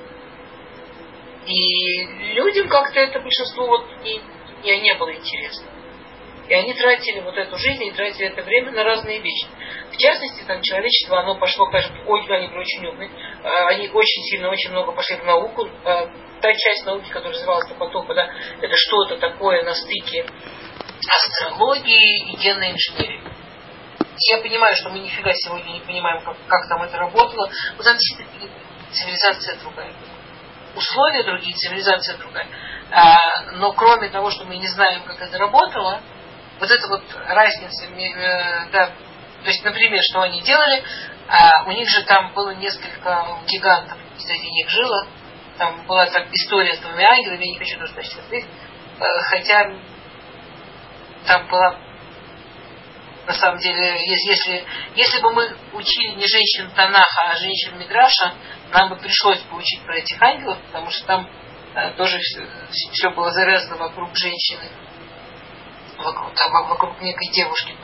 И людям как-то это большинство не было интересно. И они тратили эту жизнь, и тратили это время на разные вещи. В частности, там человечество, оно пошло, конечно, они были очень умные, они очень сильно, очень много пошли в науку. Та часть науки, которая называлась до потопа, это что-то такое на стыке астрологии и генной инженерии. Я понимаю, что мы нифига сегодня не понимаем, как там это работало, но там действительно цивилизация другая. условия другие, цивилизация другая. Но кроме того, что мы не знаем, как это работало, вот эта вот разница, да, то есть, например, что они делали, у них же там было несколько гигантов, среди них жило, там была так история с двумя ангелами, я не хочу тоже сказать, хотя там была, на самом деле, если бы мы учили не женщин Танаха, а женщин Мидраша, нам бы пришлось поучить про этих ангелов, потому что там тоже все было завязано вокруг женщины, вокруг некой девушки.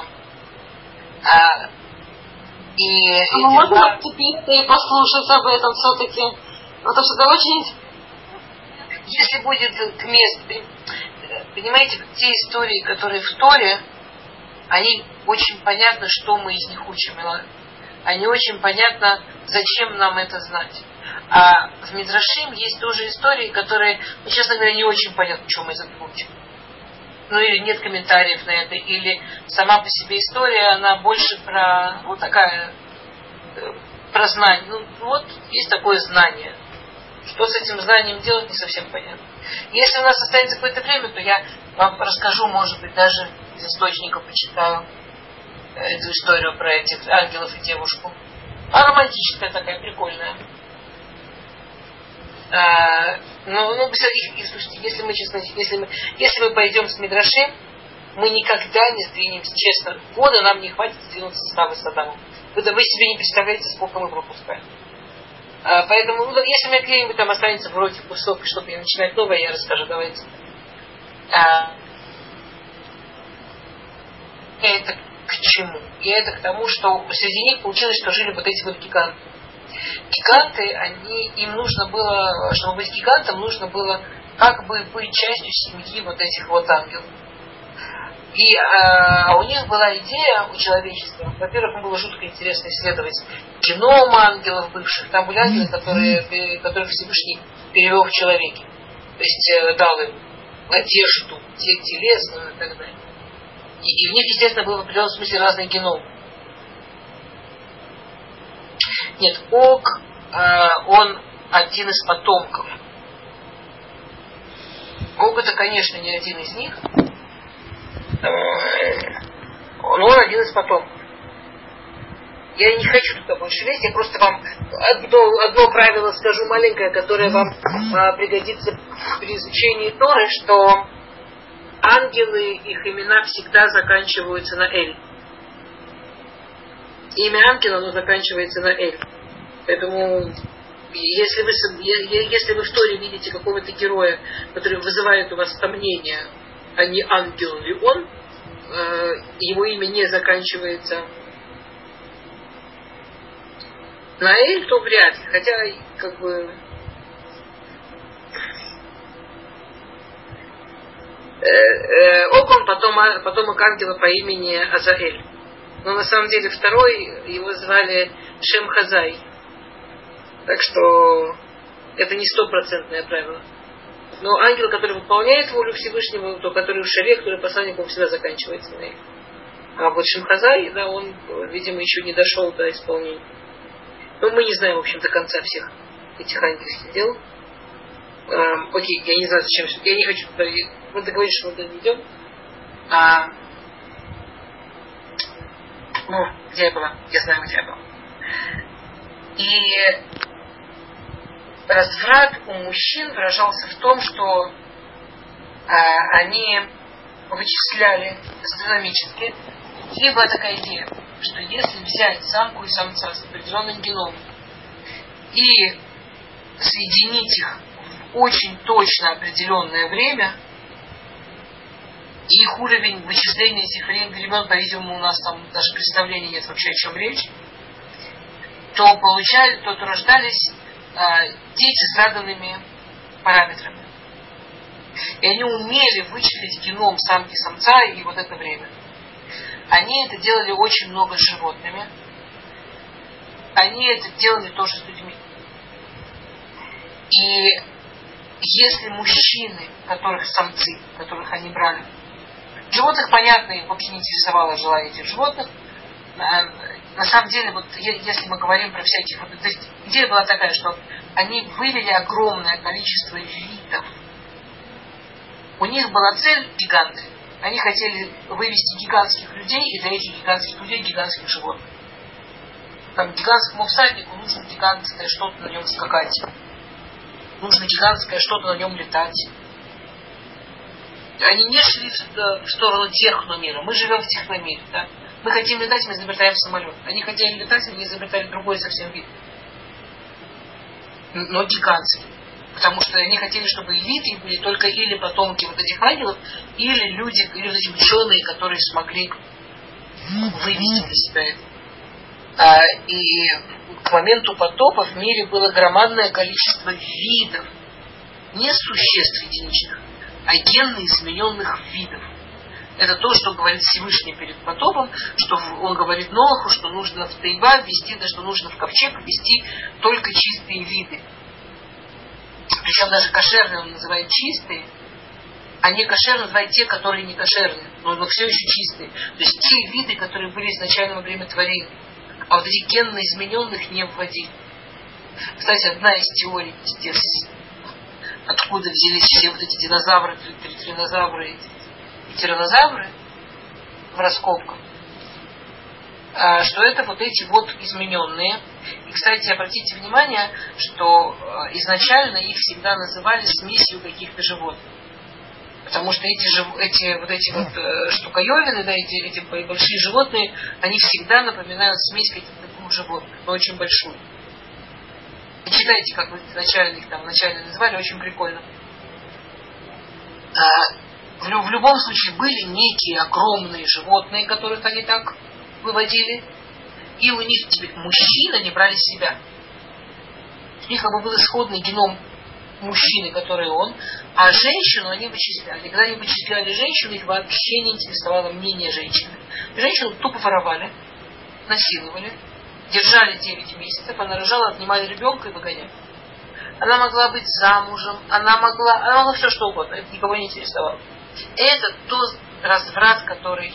Можно теперь послушать об этом все-таки? Потому что это очень... Если будет к месту, понимаете, те истории, которые в Торе, они очень понятно, что мы из них учим. Они очень понятно, зачем нам это знать. А в Мидрашим есть тоже истории, которые, честно говоря, не очень понятно, что мы из этого учим. Ну или нет комментариев на это, или сама по себе история, она больше про, такая, про знание. Ну вот, есть такое знание. Что с этим знанием делать, не совсем понятно. Если у нас останется какое-то время, то я вам расскажу, может быть, даже из источников почитаю эту историю про этих ангелов и девушку. Романтическая такая, прикольная. Слушайте, если мы пойдем с Мидрашем, мы никогда не сдвинемся, честно. Года нам не хватит сдвинуться с Тавой Садамом. Вы себе не представляете, сколько мы пропускаем. Поэтому, если у меня где-нибудь там останется в уроке кусок, чтобы я начинать новое, я расскажу, давайте. Это к чему? И это к тому, что среди них получилось, что жили вот эти вот гиганты. Гиганты, им нужно было, чтобы быть гигантом, нужно было как бы быть частью семьи вот этих вот ангелов. И у них была идея у человечества. Во-первых, им было жутко интересно исследовать геном ангелов бывших. Там были ангелы, которых Всевышний перевел в человеке. То есть дал им одежду, телесную и так далее. И в них, естественно, был в определенном смысле разный геном. Нет, Ог, он один из потомков. Ог это, конечно, не один из них. Но он один из потомков. Я не хочу туда больше лезть, я просто вам одно правило скажу маленькое, которое вам пригодится при изучении Торы, что ангелы, их имена всегда заканчиваются на «эль». Имя ангела, оно заканчивается на «эль». Поэтому, если вы в Торе видите какого-то героя, который вызывает у вас сомнения, а не ангел ли он, его имя не заканчивается на «эль», то вряд ли. Хотя, как бы... Ог он потомок ангела по имени Азаэль. Но на самом деле второй, его звали Шем Хазай. Так что это не стопроцентное правило. Но ангел, который выполняет волю Всевышнего, то который в Шаре, который посланник, он всегда заканчивается на «эль». А вот Шем Хазай, да, он, видимо, еще не дошел до исполнения. Но мы не знаем, в общем, до конца всех этих ангельских дел. Окей, я не знаю, зачем. Я не хочу... Мы договорились, что мы туда не идем. Где я была? Я знаю, где я была. И разврат у мужчин выражался в том, что они вычисляли астрономически. И была такая идея, что если взять самку и самца с определенным геномом и соединить их в очень точно определенное время, и их уровень вычисления этих времен, по-видимому, у нас там даже представления нет вообще, о чем речь, то рождались дети с заданными параметрами. И они умели вычислить геном самки и самца и вот это время. Они это делали очень много с животными. Они это делали тоже с людьми. И если мужчины, которых самцы, которых они брали, животных, понятно, их вообще не интересовало желание этих животных. На самом деле, вот если мы говорим про всяких... То есть идея была такая, что они вывели огромное количество видов. У них была цель гиганты. Они хотели вывести гигантских людей и для этих гигантских людей гигантских животных. Там гигантскому всаднику нужно гигантское что-то на нем скакать. Нужно гигантское что-то на нем летать. Они не шли в сторону техномира. Мы живем в техномире. Да? Мы хотим летать, мы изобретаем самолет. Они хотели летать, они изобретали другой совсем вид. Но гигантский. Потому что они хотели, чтобы элиты были только или потомки вот этих ангелов, или люди, или вот эти ученые, которые смогли вывести для себя это. И к моменту потопа в мире было громадное количество видов, не существ единичных, а генно измененных видов. Это то, что говорит Всевышний перед потопом, что он говорит Ноаху, что нужно в Тейба ввести, да, что нужно в ковчег ввести только чистые виды. Причем даже кошерные он называет чистые, а не кошерные называет те, которые не кошерные, но все еще чистые. То есть те виды, которые были изначально во время творения. А вот этих генно измененных не вводили. Кстати, одна из теорий, естественно, откуда взялись все вот эти динозавры, тринозавры и тиранозавры в раскопках, что это вот эти вот измененные. И, кстати, обратите внимание, что изначально их всегда называли смесью каких-то животных. Потому что эти штуковины, да, эти большие животные, они всегда напоминают смесь каких-то двух животных, но очень большую. И читайте, как вы изначально их там вначале называли, очень прикольно. В любом случае были некие огромные животные, которых они так выводили, и у них теперь мужчин они брали себя. У них как бы был исходный геном мужчины, который он, а женщину они вычисляли. И когда они вычисляли женщину, их вообще не интересовало мнение женщины. Женщину тупо воровали, насиловали, держали 9 месяцев, она рожала, отнимали ребенка и выгоняли. Она могла быть замужем, она могла все что угодно, это никого не интересовало. Это тот разврат, который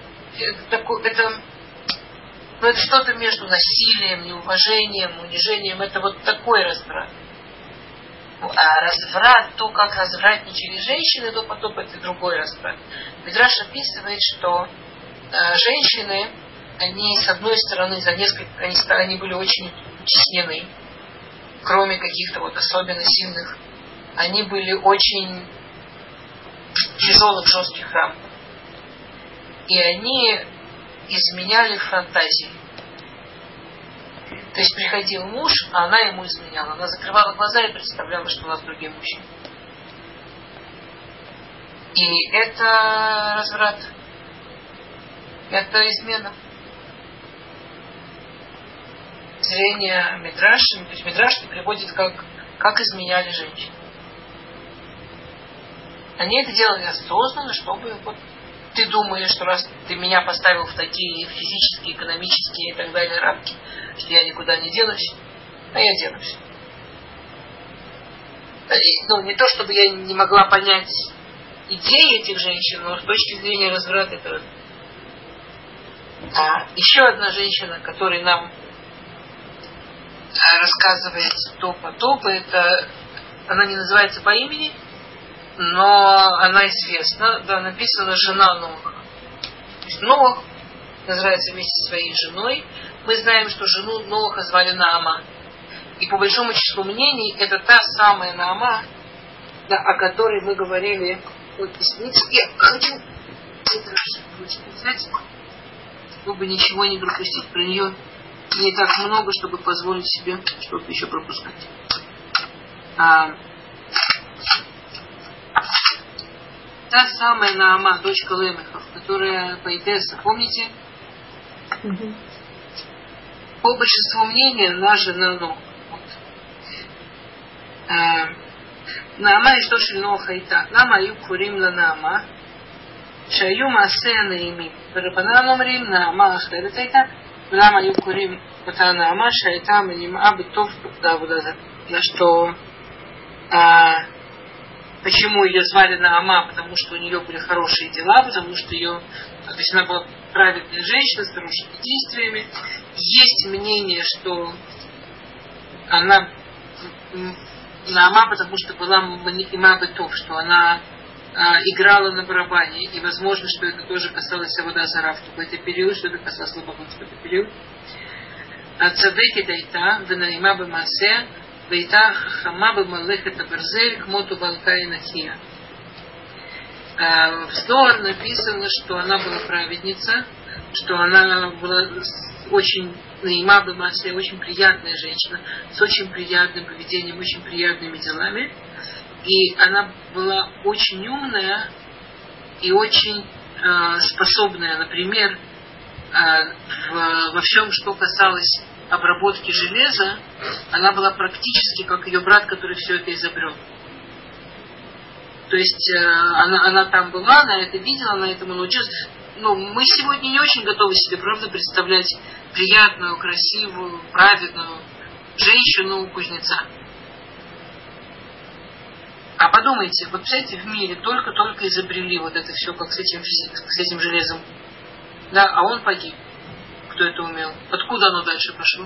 это что-то между насилием, неуважением, унижением, это вот такой разврат. А разврат, то, как развратничали женщины до потопа, это другой разврат. Мидраш описывает, что женщины, они с одной стороны они были очень утеснены, кроме каких-то вот особенно сильных, они были очень в тяжелых, жестких рамках. И они изменяли фантазии. То есть приходил муж, а она ему изменяла. Она закрывала глаза и представляла, что у нас другие мужчины. И это разврат. Это измена. Зрение Мидраша. То есть Мидраш приводит, как изменяли женщин. Они это делали осознанно, чтобы ты думаешь, что раз ты меня поставил в такие физические, экономические и так далее рамки, что я никуда не денусь, а я денусь. Не то, чтобы я не могла понять идеи этих женщин, но с точки зрения разврата это... Еще одна женщина, которая нам рассказывает до потопа, она не называется по имени, но она известна, да, написана жена Ноаха. То есть Ноах называется вместе со своей женой. Мы знаем, что жену Ноаха звали Наама. И по большому числу мнений, это та самая Наама, да, о которой мы говорили. Вот, я хочу взять, чтобы ничего не пропустить про нее. Не так много, чтобы позволить себе что-то еще пропускать. Та самая Наама, дочка Лемехов, которая поэтесса, помните? Угу. По большинству мнений, она жена Ноха. Наама и что Ноха и та. Лама аю курим ла Наама. Шаю маасе наимим. Барабанан омрим Наама ахерет айта. Лама аю курим ота Наама шайта манима битов давудаза. На что... Почему ее звали Наама? Потому что у нее были хорошие дела, потому что то есть она была праведная женщина с хорошими действиями. Есть мнение, что она Наама, потому что была Манима Бетов, что она играла на барабане, и возможно, что это тоже касалось Авода Зара в какой-то период, что это касалось Лобагут в какой-то период. Цадеки Дайта, Венаима Бемасе, Дайта Хама Бемалехет Аберзель, Кмоту Балка и Нахия. В Зоар написано, что она была праведница, что она была очень Наима Бемасе, очень приятная женщина, с очень приятным поведением, очень приятными делами. И она была очень умная и очень способная, например, во всем, что касалось обработки железа, она была практически как ее брат, который все это изобрел. То есть она там была, она это видела, она этому научилась. Но мы сегодня не очень готовы себе, правда, представлять приятную, красивую, праведную женщину-кузнеца. А подумайте, вот представляете, в мире только-только изобрели вот это все, как с этим железом. Да, а он погиб. Кто это умел? Откуда оно дальше пошло?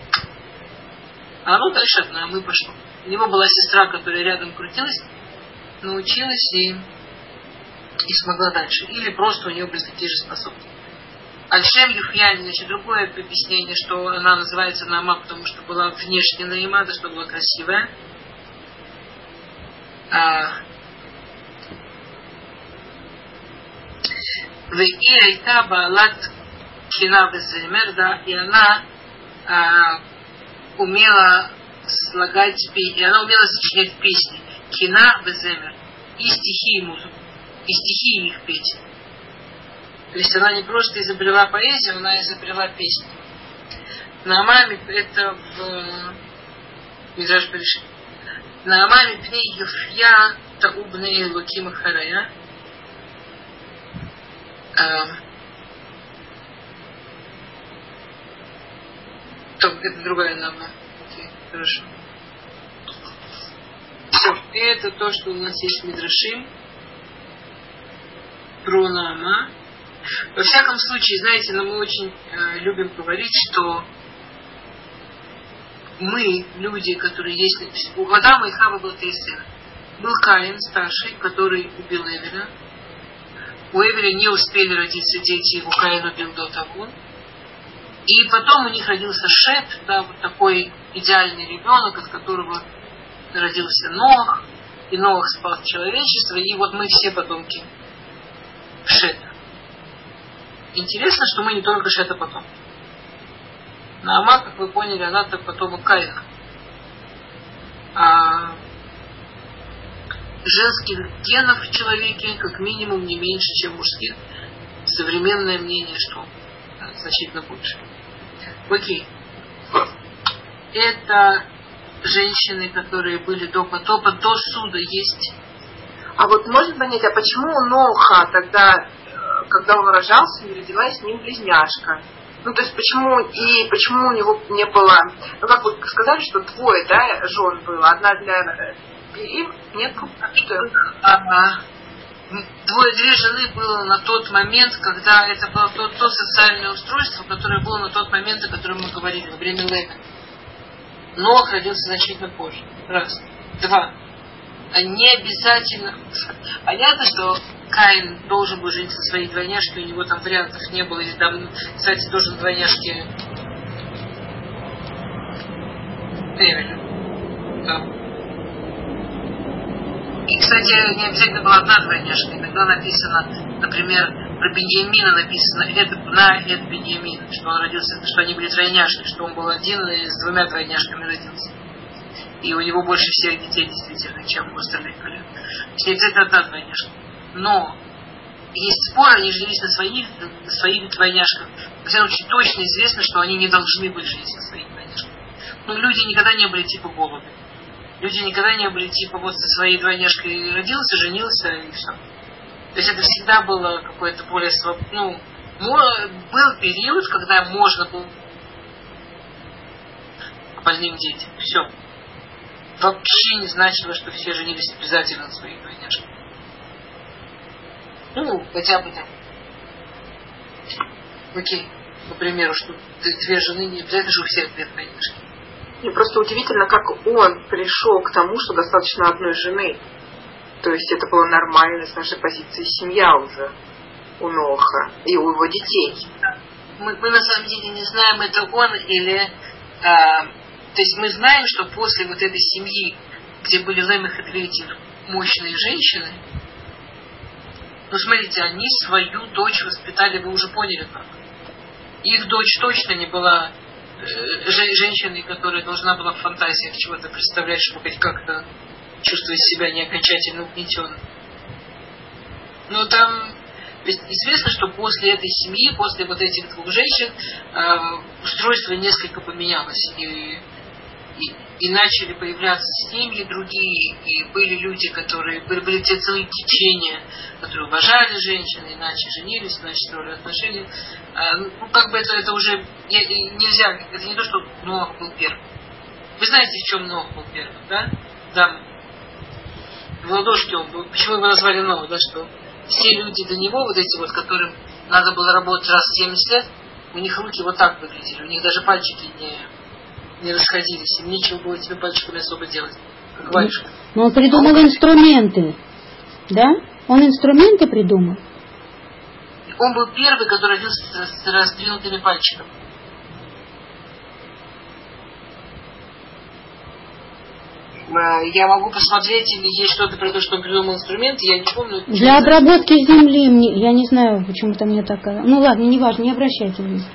А оно дальше от Наамы пошло. У него была сестра, которая рядом крутилась, научилась и смогла дальше. Или просто у нее были такие же способности. Аль-Шем Юхьяни, значит, другое объяснение, что она называется Наама, потому что была внешне Наима, да, что была красивая. Айта Баалат Кина Беземер, да, и она умела слагать песни, и она умела сочинять песни. Кина Беземер. И стихи и музыку. И стихи их петь. То есть она не просто изобрела поэзию, она изобрела песни. Наамами это в Мидраш Берешит. Наамами пней Юфья таубней луким харая. Это другая Наама. Окей, хорошо. Все, и это то, что у нас есть в Мидрашим про Наама. Во всяком случае, знаете, но мы очень любим говорить, что мы, люди, которые есть... У Адама и Хавы было 3 сына. Был Каин, старший, который убил Эвеля. У Эвеля не успели родиться дети, его Каин убил до того. И потом у них родился Шет, да, вот такой идеальный ребенок, от которого родился Ноах, и Ноах спас человечество, и вот мы все потомки Шета. Интересно, что мы не только Шета потомки. Наама, как вы поняли, она так потомок Каина. А женских генов в человеке как минимум не меньше, чем мужских. Современное мнение, что значительно больше. Окей. Это женщины, которые были до потопа, до суда есть. А вот можно понять, а почему у Ноха тогда, когда он рожался, не родилась с ним близняшка? Ну, то есть, почему у него не было... Ну, как вы сказали, что 2, да, жен было. Одна для Перим, нет? Что? 2 жены было на тот момент, когда это было то социальное устройство, которое было на тот момент, о котором мы говорили, во время Лека. Ноах родился значительно позже. 2. Не обязательно... Понятно, что Каин должен был жениться на своей двойняшке, у него там вариантов не было. Или там, кстати, тоже на двойняшке Эвеля. Да. И, кстати, не обязательно была одна двойняшка. Иногда написано, например, про Беньямина написано Эд Беньямин, что он родился, что они были двойняшки, что он был один и с 2 двойняшками родился. И у него больше всех детей действительно, чем у остальных коллег. То есть не обязательно одна двойняшка. Но есть споры, они женились на своих двойняшках. Во всяком случае, точно известно, что они не должны были жениться на своих двойняшках. Но люди никогда не были типа голуби. Люди никогда не были типа вот со своей двойняшкой родился, женился и все. То есть это всегда было какое-то более свободное. Был период, когда можно было больным детям. Все. Вообще не значило, что все женились обязательно на своих двойняшках. Хотя бы там. Окей. К примеру, что 2 жены не обязательно, что у всех 2 двойняшки. И просто удивительно, как он пришел к тому, что достаточно одной жены. То есть это было нормально с нашей позиции семья уже у Ноаха и у его детей. Мы на самом деле не знаем, это он или... то есть мы знаем, что после вот этой семьи, где были Лемех и Третьев, мощные женщины, ну смотрите, они свою дочь воспитали, вы уже поняли как. Их дочь точно не была женщиной, которая должна была в фантазиях чего-то представлять, чтобы хоть как-то чувствовать себя не окончательно угнетенной. Но там известно, что после этой семьи, после вот этих двух женщин, устройство несколько поменялось. И начали появляться семьи другие, и были люди, которые были те целые течения, которые уважали женщин, иначе женились, иначе строили отношения. Ну, как бы это уже нельзя, это не то, что Ноах был первым. Вы знаете, в чем Ноах был первым, да? Да. В ладошке он был. Почему его назвали Ноах, да, что все люди до него, вот эти вот, которым надо было работать раз в 70 лет, у них руки вот так выглядели, у них даже пальчики не расходились, им нечего было тебе пальчиками особо делать, как батюшка. Но он придумал инструменты, да? Он инструменты придумал. Он был первый, который родился с раздвинутыми пальчиками. Я могу посмотреть, или есть что-то про то, что он придумал инструменты, я не помню. Для обработки земли, я не знаю, почему-то мне так... Ну ладно, неважно, не обращайте внимания.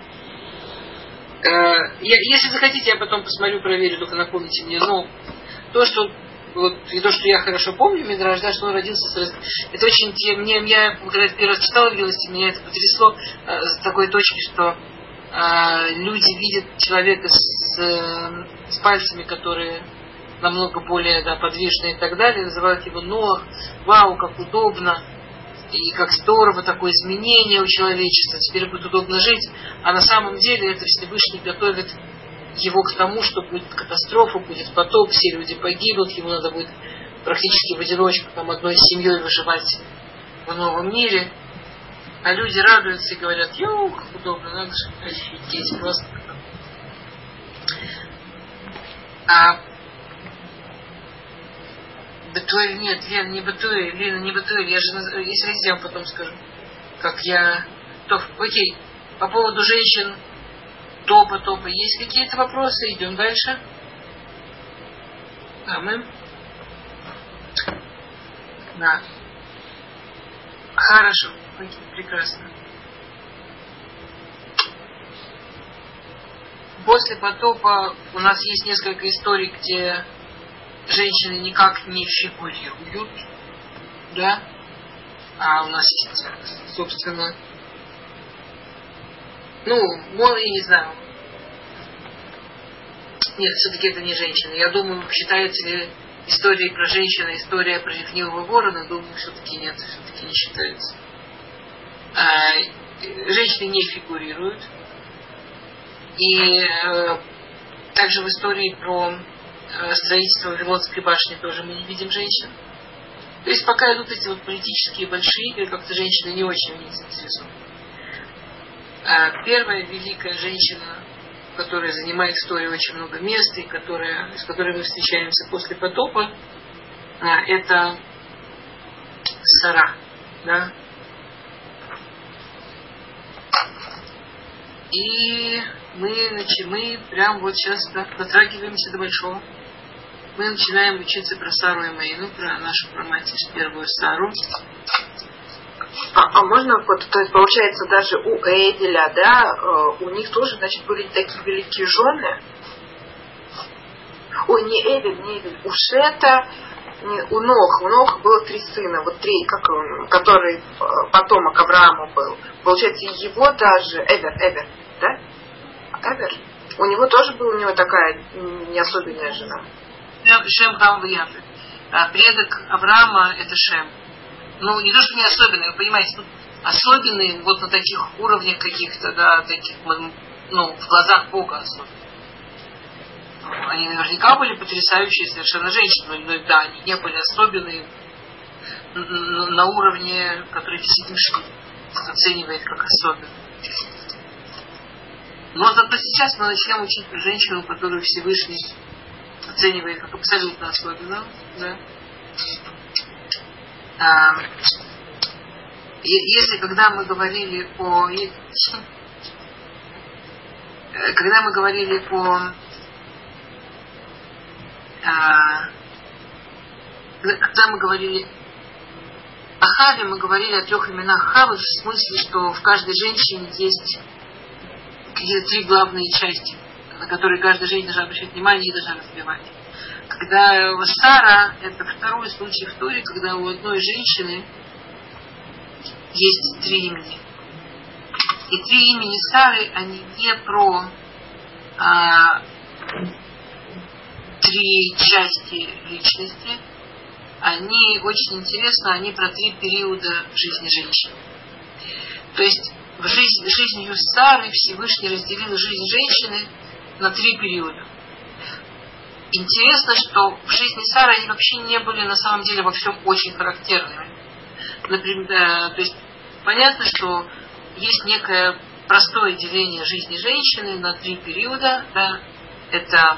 Если захотите, я потом посмотрю, проверю, только напомните мне. Но то, что вот, и то, что я хорошо помню, Мидраш, да, что он родился с... Это очень... Я когда первый раз читала в Милости, меня это потрясло с такой точки, что люди видят человека с пальцами, которые намного более подвижные и так далее, называют его Ноах. Вау, как удобно. И как здорово такое изменение у человечества, теперь будет удобно жить. А на самом деле это Всевышний готовит его к тому, что будет катастрофа, будет потоп, все люди погибнут, ему надо будет практически в одиночку, там, одной семьей выживать в новом мире. А люди радуются и говорят: йоу, как удобно, надо же, офигеть, просто. Бетуэль, нет, Лена, не Бетуэль, я же, если хотите, я вам потом скажу, как я... Окей, по поводу женщин топа, есть какие-то вопросы? Идем дальше. Мы. Да. Хорошо, окей, прекрасно. После потопа у нас есть несколько историй, где женщины никак не фигурируют, да? А у нас есть, собственно, я не знаю. Нет, все-таки это не женщины. Я думаю, считается ли история про женщину, история про ревнивого ворона, думаю, все-таки нет, все-таки не считается. Женщины не фигурируют. И также в истории про строительство Вавилонской башни тоже мы не видим женщин. То есть пока идут эти вот политические большие игры, как-то женщины не очень в них заинтересованы. Первая великая женщина, которая занимает в истории очень много места и с которой мы встречаемся после потопа, это Сара. Да? И мы прям вот сейчас дотрагиваемся до большого. Мы начинаем учиться про Сару и Мейну, про нашу праматерь, первую Сару. А можно, то есть получается даже у Эвеля, да, у них тоже, значит, были такие великие жены. Ой, не Эвель, у Шета, у Ноха было 3 сына, вот 3, который потомок Авраама был. Получается, его даже, Эвер, да? Эвер. У него тоже была такая не особенная жена. Шем, Хам, Яфет. Предок Авраама это Шем. Не то, что не особенный, вы понимаете, тут особенный вот на таких уровнях каких-то, да, таких, в глазах Бога особенно. Они наверняка были потрясающие совершенно женщины, но да, они не были особенные на уровне, который Хасидим оценивает как особенный. Но зато сейчас мы начнем учить про женщину, которую Всевышний оценивает как абсолютно особенную. Да? Если когда мы говорили о Хаве, мы говорили о 3 именах Хавы, в смысле, что в каждой женщине есть какие-то 3 главные части, на которые каждая женщина должна обращать внимание и должна развивать. Когда Сара, это второй случай в Торе, когда у одной женщины есть 3 имени. И 3 имени Сары, они не про 3 части личности, они очень интересно, они про 3 периода жизни женщины. То есть в жизнью Сары Всевышний разделил жизнь женщины на 3 периода. Интересно, что в жизни Сары они вообще не были на самом деле во всем очень характерными. Например, то есть понятно, что есть некое простое деление жизни женщины на 3 периода. Да? Это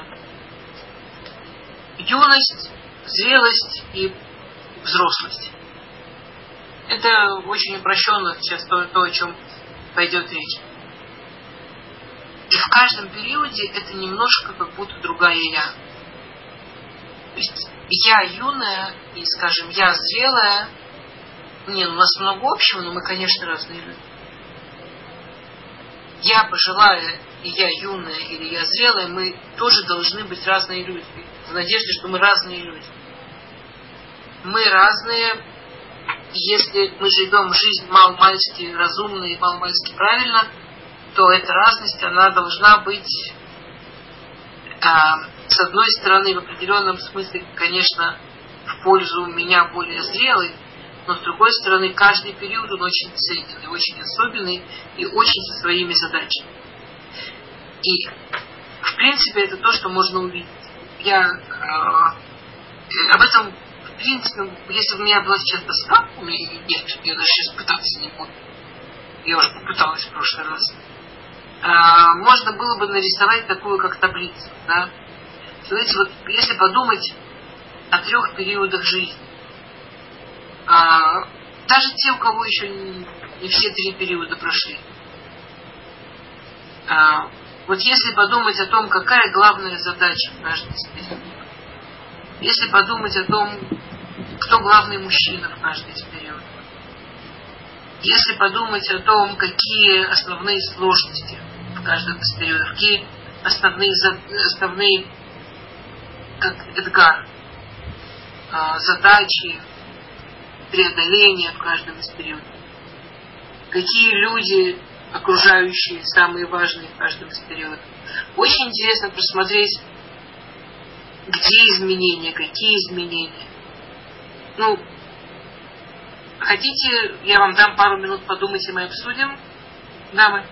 юность, зрелость и взрослость. Это очень упрощенно сейчас то, о чем пойдет речь. И в каждом периоде это немножко как будто другая я. То есть я юная и, скажем, я зрелая. У нас много общего, но мы, конечно, разные люди. Я пожилая и я юная или я зрелая, мы тоже должны быть разные люди. В надежде, что мы разные люди. Мы разные, и если мы живем жизнь маломальски разумно и маломальски правильно, то эта разность, она должна быть, с одной стороны, в определенном смысле, конечно, в пользу меня более зрелой, но с другой стороны, каждый период, он очень ценен, и очень особенный, и очень со своими задачами. И, в принципе, это то, что можно увидеть. Я об этом, в принципе, если бы у меня была сейчас доска, у меня ее нет, я даже сейчас пытаться не буду. Я уже попыталась в прошлый раз. Можно было бы нарисовать такую, как таблицу. Да? Знаете, вот если подумать о 3 периодах жизни, даже те, у кого еще не все 3 периода прошли, вот если подумать о том, какая главная задача в каждом из периодов, если подумать о том, кто главный мужчина в каждом из периодов, если подумать о том, какие основные сложности в каждом из периодов, какие основные как эдгар, задачи, преодоления в каждом из периодов, какие люди окружающие самые важные в каждом из периодов. Очень интересно посмотреть, где изменения, какие изменения. Хотите, я вам дам пару минут подумать, и мы обсудим, дамы?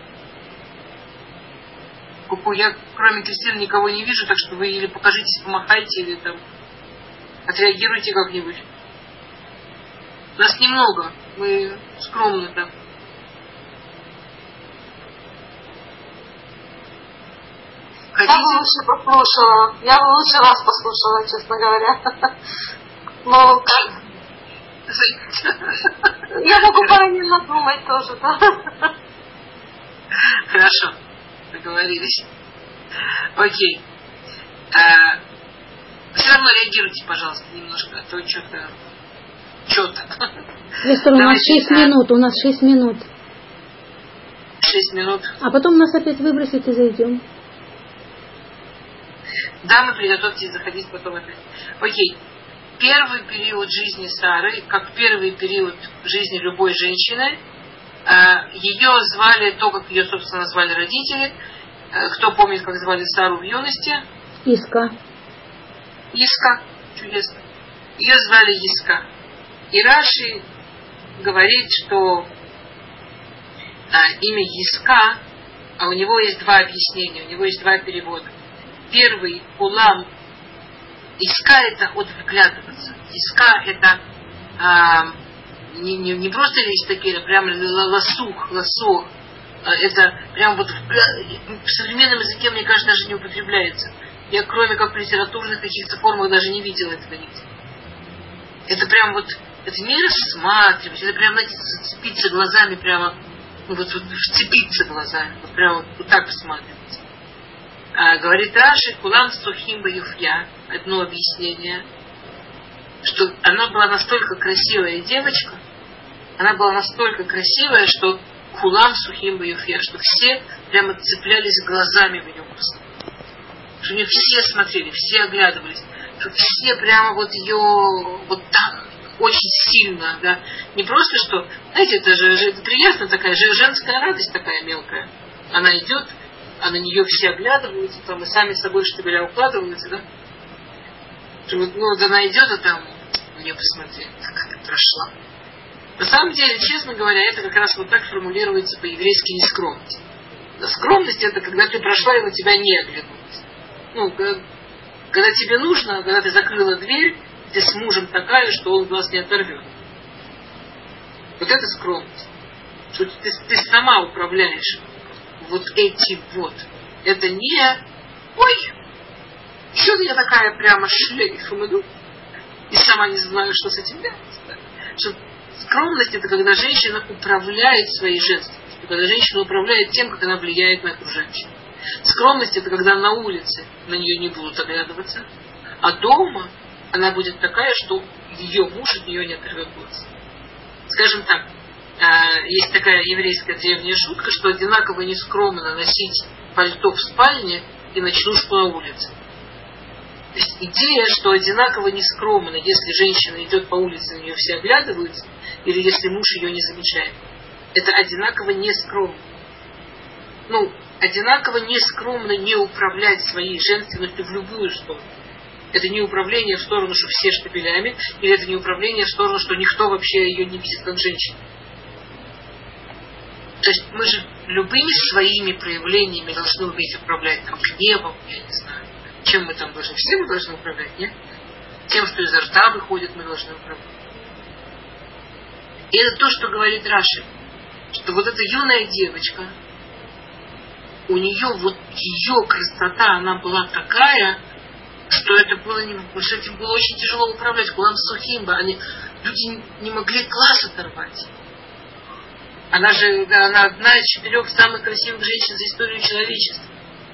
Я, кроме Кристины, никого не вижу, так что вы или покажитесь, помахайте, или там отреагируйте как-нибудь. Нас немного, мы скромны там. Я бы лучше послушала. Я бы лучше вас послушала, честно говоря. Но как? Я могу параллельно думать тоже, да? Хорошо, договорились. Окей. Все равно реагируйте, пожалуйста, немножко, а то что-то. Лестер, у нас 6 минут, у нас 6 минут. 6 минут. А потом нас опять выбросит и зайдем. Да, мы приготовьтесь заходить потом опять. Окей. Первый период жизни Сары, как первый период жизни любой женщины, ее звали, то, как ее, собственно, звали родители. Кто помнит, как звали Сару в юности? Иска. Иска. Чудесно. Ее звали Иска. И Раши говорит, что имя Иска, а у него есть 2 объяснения, у него есть 2 перевода. Первый — улам. Иска — это от вглядываться. Иска — это не просто вещь такие, а прям ласух. Это прям вот в современном языке, мне кажется, даже не употребляется. Я кроме как в литературных каких-то формах даже не видела этого нигде. Это прям вот, это не рассматривать, это прям, знаете, зацепиться глазами прямо, ну вот вцепиться глазами, вот прямо вот так посматривать. Говорит Раши, кулам сухим баюфья, одно объяснение, что она была настолько красивая девочка, она была настолько красивая, что кулам сухим баюфья, что все прямо цеплялись глазами в нее просто. Что у нее все смотрели, все оглядывались, что все прямо вот ее вот так очень сильно, да. Не просто что, знаете, это же это приятно такая, женская радость такая мелкая. Она идет, а на нее все оглядываются, там и сами с собой штабеля укладываются, да. Что вот, ну, вот она идет, а там на нее посмотри, как прошла. На самом деле, честно говоря, это как раз вот так формулируется по-еврейски нескромность. Скромность это когда ты прошла и на тебя не оглянулась. Ну, когда тебе нужно, когда ты закрыла дверь, ты с мужем такая, что он глаз не оторвет. Вот это скромность. Что ты сама управляешь вот этим вот. Это не ой, что я такая прямо шлейфом иду и сама не знаю, что с этим делать. Что скромность это когда женщина управляет своей женственностью, когда женщина управляет тем, как она влияет на окружающих. Скромность это когда на улице на нее не будут оглядываться, а дома она будет такая, что ее муж от нее не оторвет глаз. Скажем так, есть такая еврейская древняя шутка, что одинаково нескромно носить пальто в спальне и ночнушку на улице. То есть идея, что одинаково нескромно, если женщина идет по улице, на нее все оглядываются, или если муж ее не замечает. Это одинаково нескромно. Ну, одинаково нескромно не управлять своей женственностью в любую сторону. Это не управление в сторону, что все штабелями, или это не управление в сторону, что никто вообще ее не видит как женщину. То есть мы же любыми своими проявлениями должны уметь управлять, там, гневом, я не знаю. Чем мы там должны? Все мы должны управлять, нет? Тем, что изо рта выходит, мы должны управлять. И это то, что говорит Раши, что вот эта юная девочка, у нее вот ее красота, она была такая, что это было что этим было очень тяжело управлять. Кулам сухимба, люди не могли глаз оторвать. Она же, она одна из 4 самых красивых женщин за историю человечества.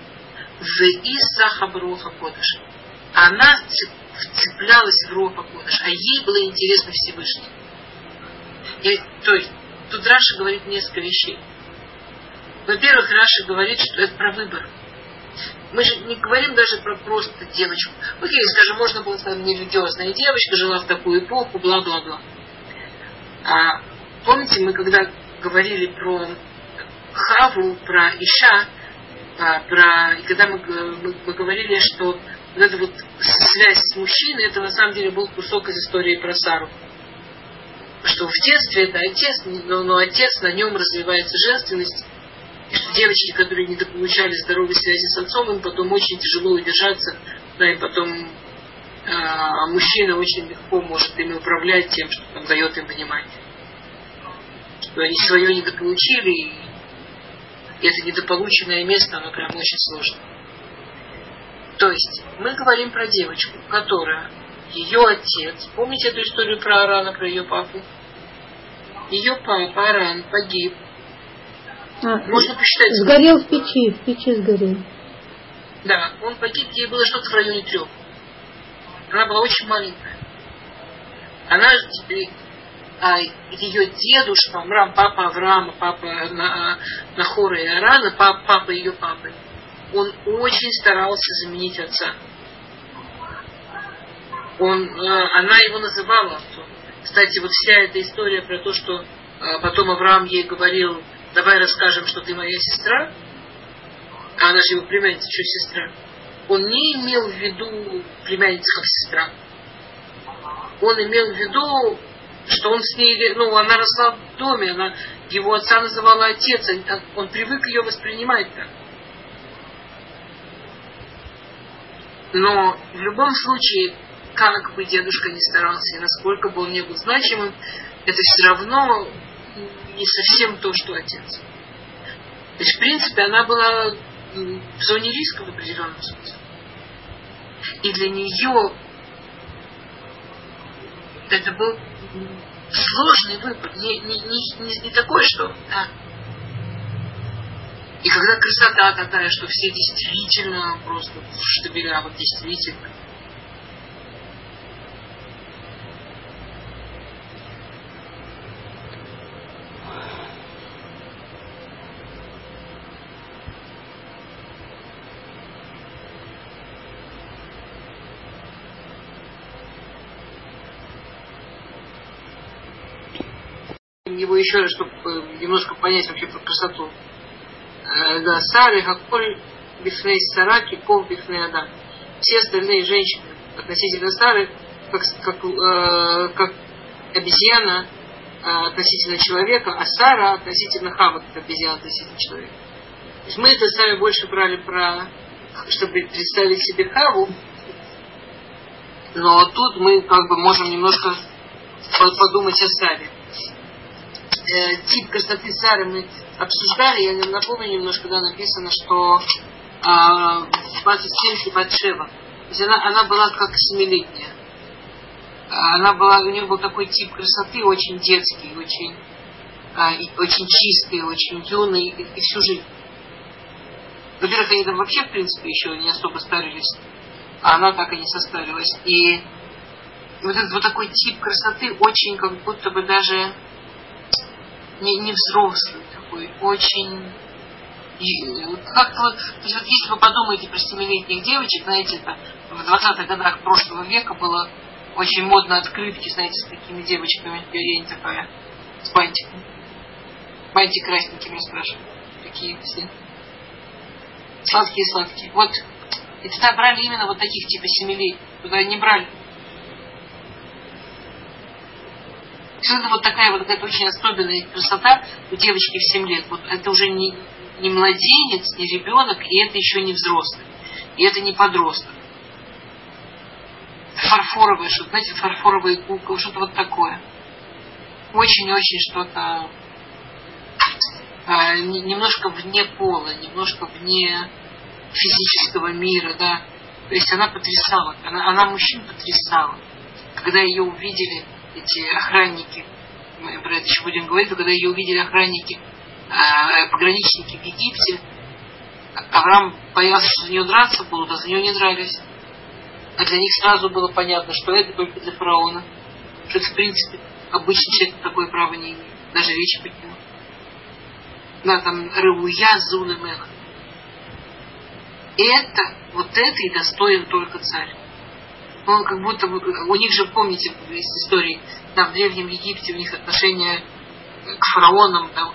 В Руаха Кодеш. Она вцеплялась в Руаха Кодеш, а ей было интересно Всевышний. То есть, тут Раши говорит несколько вещей. Во-первых, Раши говорит, что это про выбор. Мы же не говорим даже про просто девочку. Окей, скажем, можно было сказать, нерелигиозная девочка, жила в такую эпоху, бла-бла-бла. Помните, мы когда говорили про Хаву, про Иша, и когда мы говорили, что вот эта вот связь с мужчиной, это на самом деле был кусок из истории про Сару. Что в детстве это отец, но отец, на нем развивается женственность, и что девочки, которые недополучали здоровой связи с отцом, им потом очень тяжело удержаться, да, и потом мужчина очень легко может ими управлять тем, что там дает им внимание. Что они свое недополучили, и это недополученное место, оно прям очень сложно. То есть, мы говорим про девочку, которая, ее отец, помните эту историю про Арана, про ее папу? Ее папа Аран погиб. Можно посчитать. Сгорел в печи сгорел. Да, он погиб, ей было что-то в районе 3. Она была очень маленькая. Она ее дедушка, папа Авраама, папа Нахора и Арана, папа ее папы, он очень старался заменить отца. Она его называла отцом. Кстати, вот вся эта история про то, что потом Авраам ей говорил, давай расскажем, что ты моя сестра, а она же его племянница, что сестра. Он не имел в виду племянница как сестра. Он имел в виду, что он с ней, она росла в доме, его отца называла отец, он привык ее воспринимать так. Но в любом случае, как бы дедушка ни старался, и насколько бы он не был значимым, это все равно не совсем то, что отец. То есть, в принципе, она была в зоне риска в определенном смысле. И для нее это был сложный выбор. Не такой, что... Да. И когда красота такая, что все действительно просто в штабеля, вот действительно. Его еще раз, чтобы немножко понять вообще про красоту. Да, Сары, Хаколь, Бифней Сараки, Ков, Бифней Адам. Все остальные женщины относительно Сары, как обезьяна относительно человека, а Сара относительно Хава, как обезьяна относительно человека. То есть мы это сами больше брали чтобы представить себе Хаву, но тут мы как бы можем немножко подумать о Саре. Тип красоты Сары мы обсуждали, я напомню немножко, когда написано, что в 27 Батшева, то есть она была как 7-летняя. У нее был такой тип красоты, очень детский, очень чистый, очень юный, и всю жизнь. Во-первых, они там вообще, в принципе, еще не особо старились, а она так и не состарилась. И вот этот вот такой тип красоты очень как будто бы даже не взрослый такой, очень... Как-то вот, то есть вот если вы подумаете про 7-летних девочек, знаете, это в 20-х годах прошлого века было очень модно открытки, знаете, с такими девочками, я не такая, с бантиком. Бантик красненьким, я спрашиваю. Такие все. Сладкие-сладкие. Вот. И тогда брали именно вот таких типа 7-летних. Туда не брали. Это вот такая вот какая-то очень особенная красота у девочки в 7 лет. Вот это уже не младенец, не ребенок, и это еще не взрослый. И это не подросток. Фарфоровое что-то, знаете, фарфоровые куклы, что-то вот такое. Очень-очень что-то немножко вне пола, немножко вне физического мира, да. То есть она потрясала, она мужчин потрясала. Когда ее увидели эти охранники, мы про это еще будем говорить, когда ее увидели охранники, пограничники в Египте, Авраам боялся, что за нее драться будут, а за нее не дрались. А для них сразу было понятно, что это только для фараона. Что это, в принципе, обычный человек такое право не имеет. Даже речи быть не может. Да, там Рауя Зуна Меха. Вот это и достоин только царь. Он как будто, у них же, помните, из истории, там в Древнем Египте у них отношение к фараонам, там,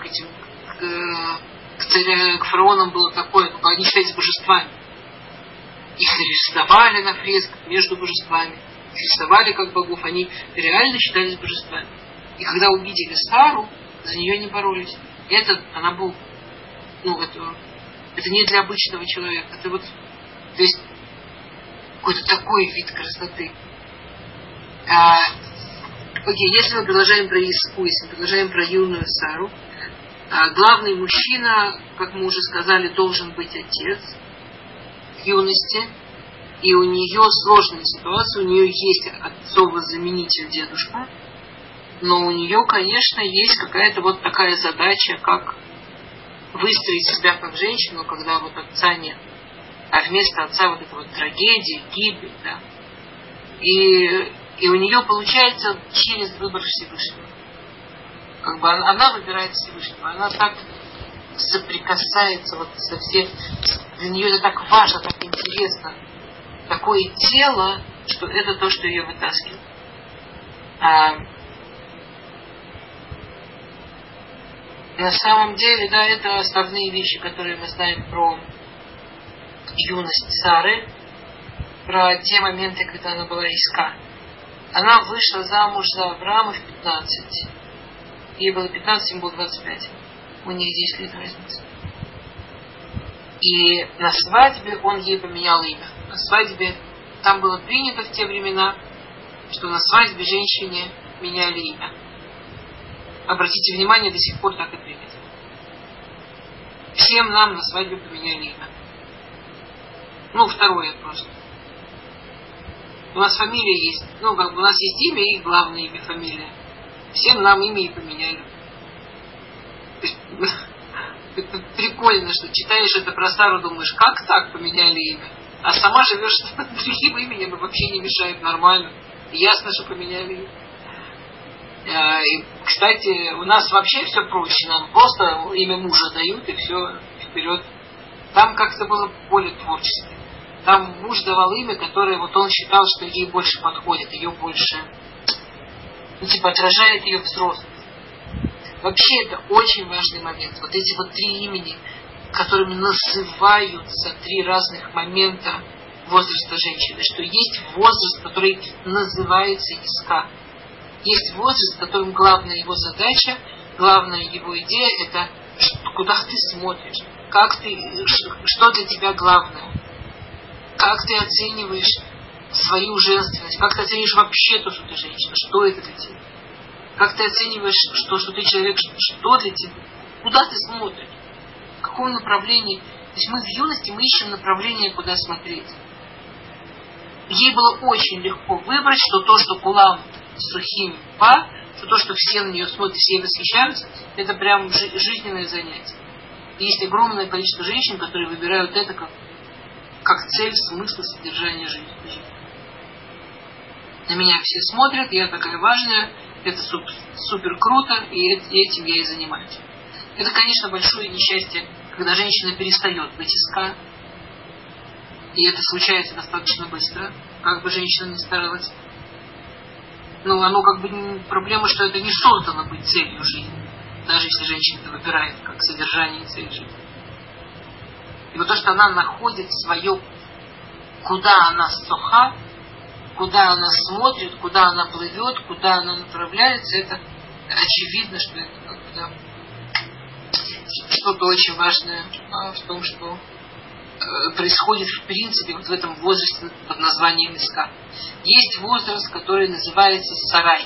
к фараонам было такое, они считались божествами. Их рисовали на фресках между божествами, их рисовали как богов, они реально считались божествами. И когда увидели Сару, за нее не боролись. Она была, это не для обычного человека, это вот, то есть, какой-то такой вид красоты. Окей, если мы продолжаем про Иску, если мы продолжаем про юную Сару, главный мужчина, как мы уже сказали, должен быть отец в юности, и у нее сложная ситуация, у нее есть отцово-заменитель дедушка, но у нее, конечно, есть какая-то вот такая задача, как выстроить себя как женщину, когда вот отца нет. А вместо отца вот эта вот трагедия, гибель, да. И у нее получается через выбор Всевышнего. Как бы она выбирает Всевышнего, она так соприкасается вот со всем. Для нее это так важно, так интересно. Такое тело, что это то, что ее вытаскивает. На самом деле, да, это основные вещи, которые мы знаем про юность Сары, про те моменты, когда она была Иска. Она вышла замуж за Авраама в 15. Ей было 15, ему было 25. У них 10 лет разница. И на свадьбе он ей поменял имя. На свадьбе там было принято в те времена, что на свадьбе женщине меняли имя. Обратите внимание, до сих пор так и принято. Всем нам на свадьбе поменяли имя. Ну, второе просто. У нас фамилия есть. Ну, как бы у нас есть имя и главное имя, фамилия. Всем нам имя и поменяли. То есть, это прикольно, что читаешь это про Сару, думаешь, как так поменяли имя? А сама живешь с другим именем и вообще не мешает, нормально. Ясно, что поменяли имя. И, кстати, у нас вообще все проще. Нам просто имя мужа дают, и все, вперед. Там как-то было более творчески. Там муж давал имя, которое вот он считал, что ей больше подходит, ее больше, ну, типа, отражает ее взрослость. Вообще это очень важный момент. Вот эти вот 3 имени, которыми называются 3 разных момента возраста женщины. Что есть возраст, который называется Иска. Есть возраст, в котором главная его задача, главная его идея – это куда ты смотришь, как ты, что для тебя главное, как ты оцениваешь свою женственность, как ты оцениваешь вообще то, что ты женщина, что это для тебя, как ты оцениваешь, что ты человек, что для тебя, куда ты смотришь, в каком направлении. То есть мы в юности мы ищем направление, куда смотреть. Ей было очень легко выбрать, что то, что Кулам сухим па, что то, что все на нее смотрят, все восхищаются, это прям жизненное занятие. И есть огромное количество женщин, которые выбирают это как цель, смысл, содержание жизни. На меня все смотрят, я такая важная, это супер круто, и этим я и занимаюсь. Это, конечно, большое несчастье, когда женщина перестает быть иска, и это случается достаточно быстро, как бы женщина ни старалась. Ну, оно как бы проблема, что это не создано быть целью жизни, даже если женщина это выбирает как содержание и цель жизни. И вот то, что она находит свое, куда она соха, куда она смотрит, куда она плывет, куда она направляется, это очевидно, что это как бы, да, что-то очень важное в том, что происходит в принципе вот в этом возрасте под названием Иска. Есть возраст, который называется Сарай.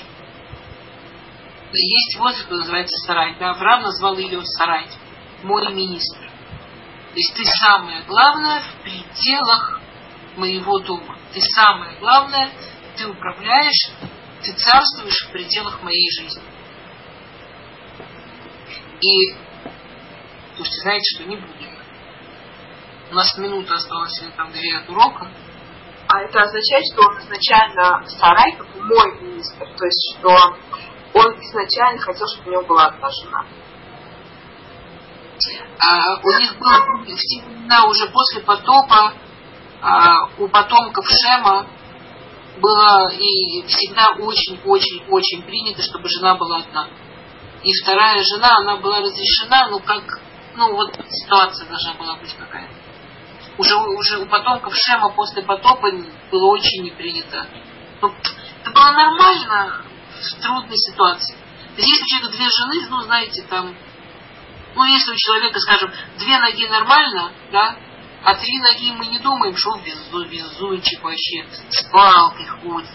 Есть возраст, который называется Сарай. Да, Авраам назвал ее Сарай, мой министр. То есть ты самое главное в пределах моего дома. Ты самое главное, ты управляешь, ты царствуешь в пределах моей жизни. И слушайте, знаете, что не будем. У нас минута осталась, или там 2 от урока. А это означает, что он изначально Сарай, как мой министр, то есть, что он изначально хотел, чтобы у него была одна жена. У них было всегда уже после потопа, у потомков Шема было и всегда очень-очень-очень принято, чтобы жена была одна. И вторая жена, она была разрешена, вот ситуация должна была быть какая-то. Уже у потомков Шема после потопа было очень не принято. Это было нормально в трудной ситуации. То есть, если у человека 2 жены, ну, знаете, там, если у человека, скажем, 2 ноги нормально, да, а 3 ноги мы не думаем, что он везунчик вообще, с палкой ходит.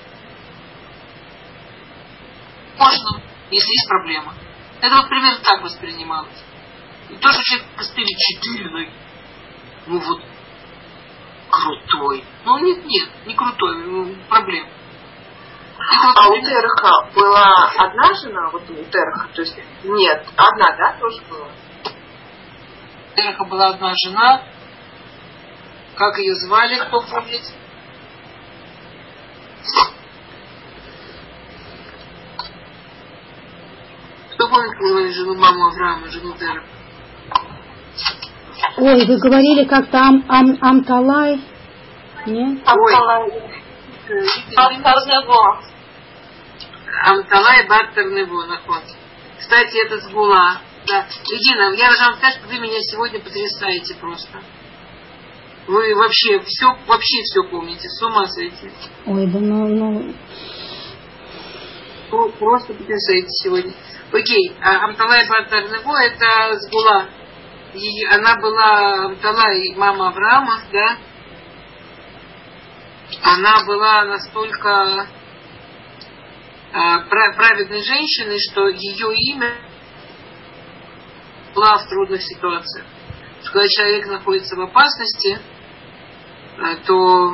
Можно, если есть проблема. Это вот примерно так воспринималось. И то, что человек костыли 4 ноги, крутой. Нет, не крутой, проблема. А у Тераха была одна жена, вот у Тераха, то есть нет, одна, да, тоже была? У Тераха была одна жена, как ее звали, кто помнит? Кто помнит, как звали жену маму Авраама, жену Тераха? Ой, вы говорили как-то Амталай? Нет? Амталай Баттер-Нево, находится. Кстати, это Сгула. Да. Регина, я же вам скажу, что вы меня сегодня потрясаете просто. Вы вообще все помните, с ума сойти. Ой, да ну. Просто потрясаете сегодня. Окей, Амталай Баттер-Нево это Сгула. И она была Амталай, мама Авраама, да? Она была настолько праведной женщиной, что ее имя сбла в трудных ситуациях. Что когда человек находится в опасности, то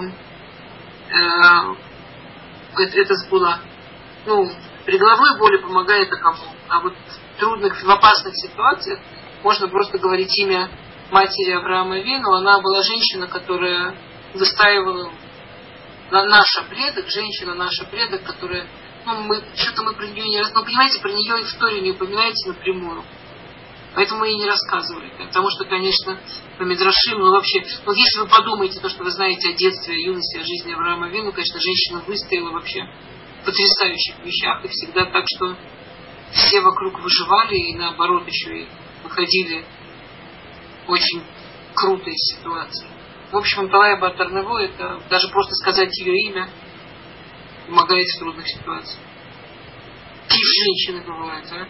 это сбула. Ну, при головной боли помогает кому. А вот в опасных ситуациях можно просто говорить имя матери Авраама Авину. Она была женщина, которая выстаивала, наша предок, которая, мы про нее не рассказывали. Понимаете, про нее историю не упоминаете напрямую. Поэтому мы и не рассказывали. Потому что, конечно, по Мидрашим, вообще, если вы подумаете то, что вы знаете о детстве, о юности, о жизни Авраама Авину, конечно, женщина выстояла вообще в потрясающих вещах, и всегда так, что все вокруг выживали, и наоборот еще и выходили очень круто из ситуации. В общем, Талая Бат Арнево, это даже просто сказать ее имя помогает в трудных ситуациях. Какие женщины бывают, а?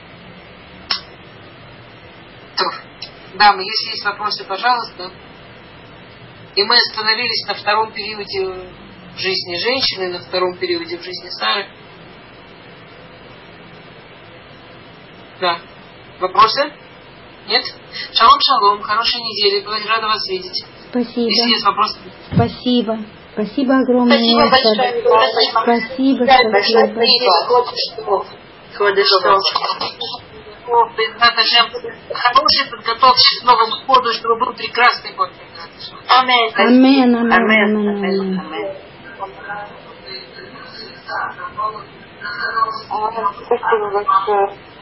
Дамы, если есть вопросы, пожалуйста. И мы остановились на втором периоде в жизни женщины, на втором периоде в жизни Сары. Да. Вопросы? Нет? Шалом, шалом. Хорошей недели. Была рада вас видеть. Спасибо. Если есть вопросы. Спасибо. Спасибо огромное. Спасибо большое. Спасибо. Хорошей подготовки к Новому году, чтобы был прекрасный год. Аминь. Аминь, аминь, аминь. Спасибо большое.